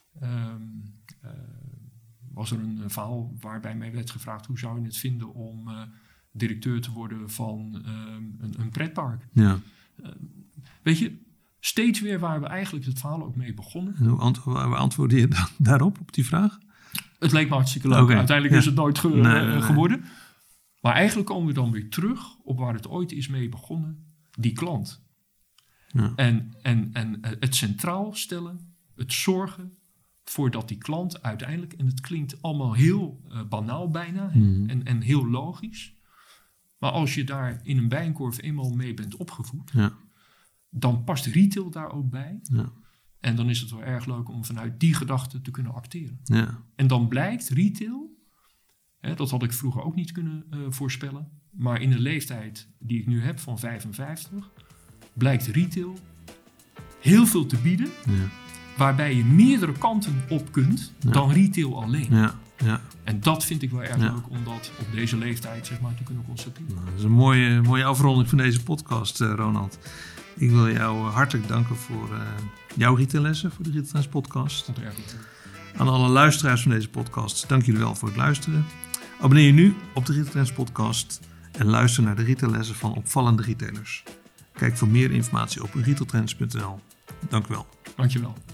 um, uh, was er een, een verhaal waarbij mij werd gevraagd hoe zou je het vinden om uh, directeur te worden van um, een, een pretpark. Ja. Uh, weet je, steeds weer waar we eigenlijk het verhaal ook mee begonnen. En hoe antwo- waar antwoordde je dan daarop, op die vraag? Het leek me hartstikke leuk. Okay. Uiteindelijk ja. is het nooit ge- nee, nee, nee. geworden. Maar eigenlijk komen we dan weer terug op waar het ooit is mee begonnen. Die klant. Ja. En, en, en het centraal stellen, het zorgen voordat die klant uiteindelijk, en het klinkt allemaal heel uh, banaal bijna Mm. en, en heel logisch. Maar als je daar in een bijenkorf eenmaal mee bent opgevoed, Ja. dan past retail daar ook bij. Ja. En dan is het wel erg leuk om vanuit die gedachte te kunnen acteren. Ja. En dan blijkt retail, hè, dat had ik vroeger ook niet kunnen uh, voorspellen, maar in de leeftijd die ik nu heb van vijfenvijftig, blijkt retail heel veel te bieden, Ja. waarbij je meerdere kanten op kunt Ja. dan retail alleen. Ja. Ja. En dat vind ik wel erg Ja. leuk om dat op deze leeftijd zeg maar te kunnen constateren. Nou, dat is een mooie, mooie afronding van deze podcast, uh, Ronald. Ik wil jou hartelijk danken voor uh, jouw retaillessen, voor de Retail Trends podcast. Vond ik erg leuk. Aan alle luisteraars van deze podcast, dank jullie wel voor het luisteren. Abonneer je nu op de Retail Trends podcast en luister naar de retaillessen van opvallende retailers. Kijk voor meer informatie op retailtrends punt n l. Dank u wel. Dankjewel.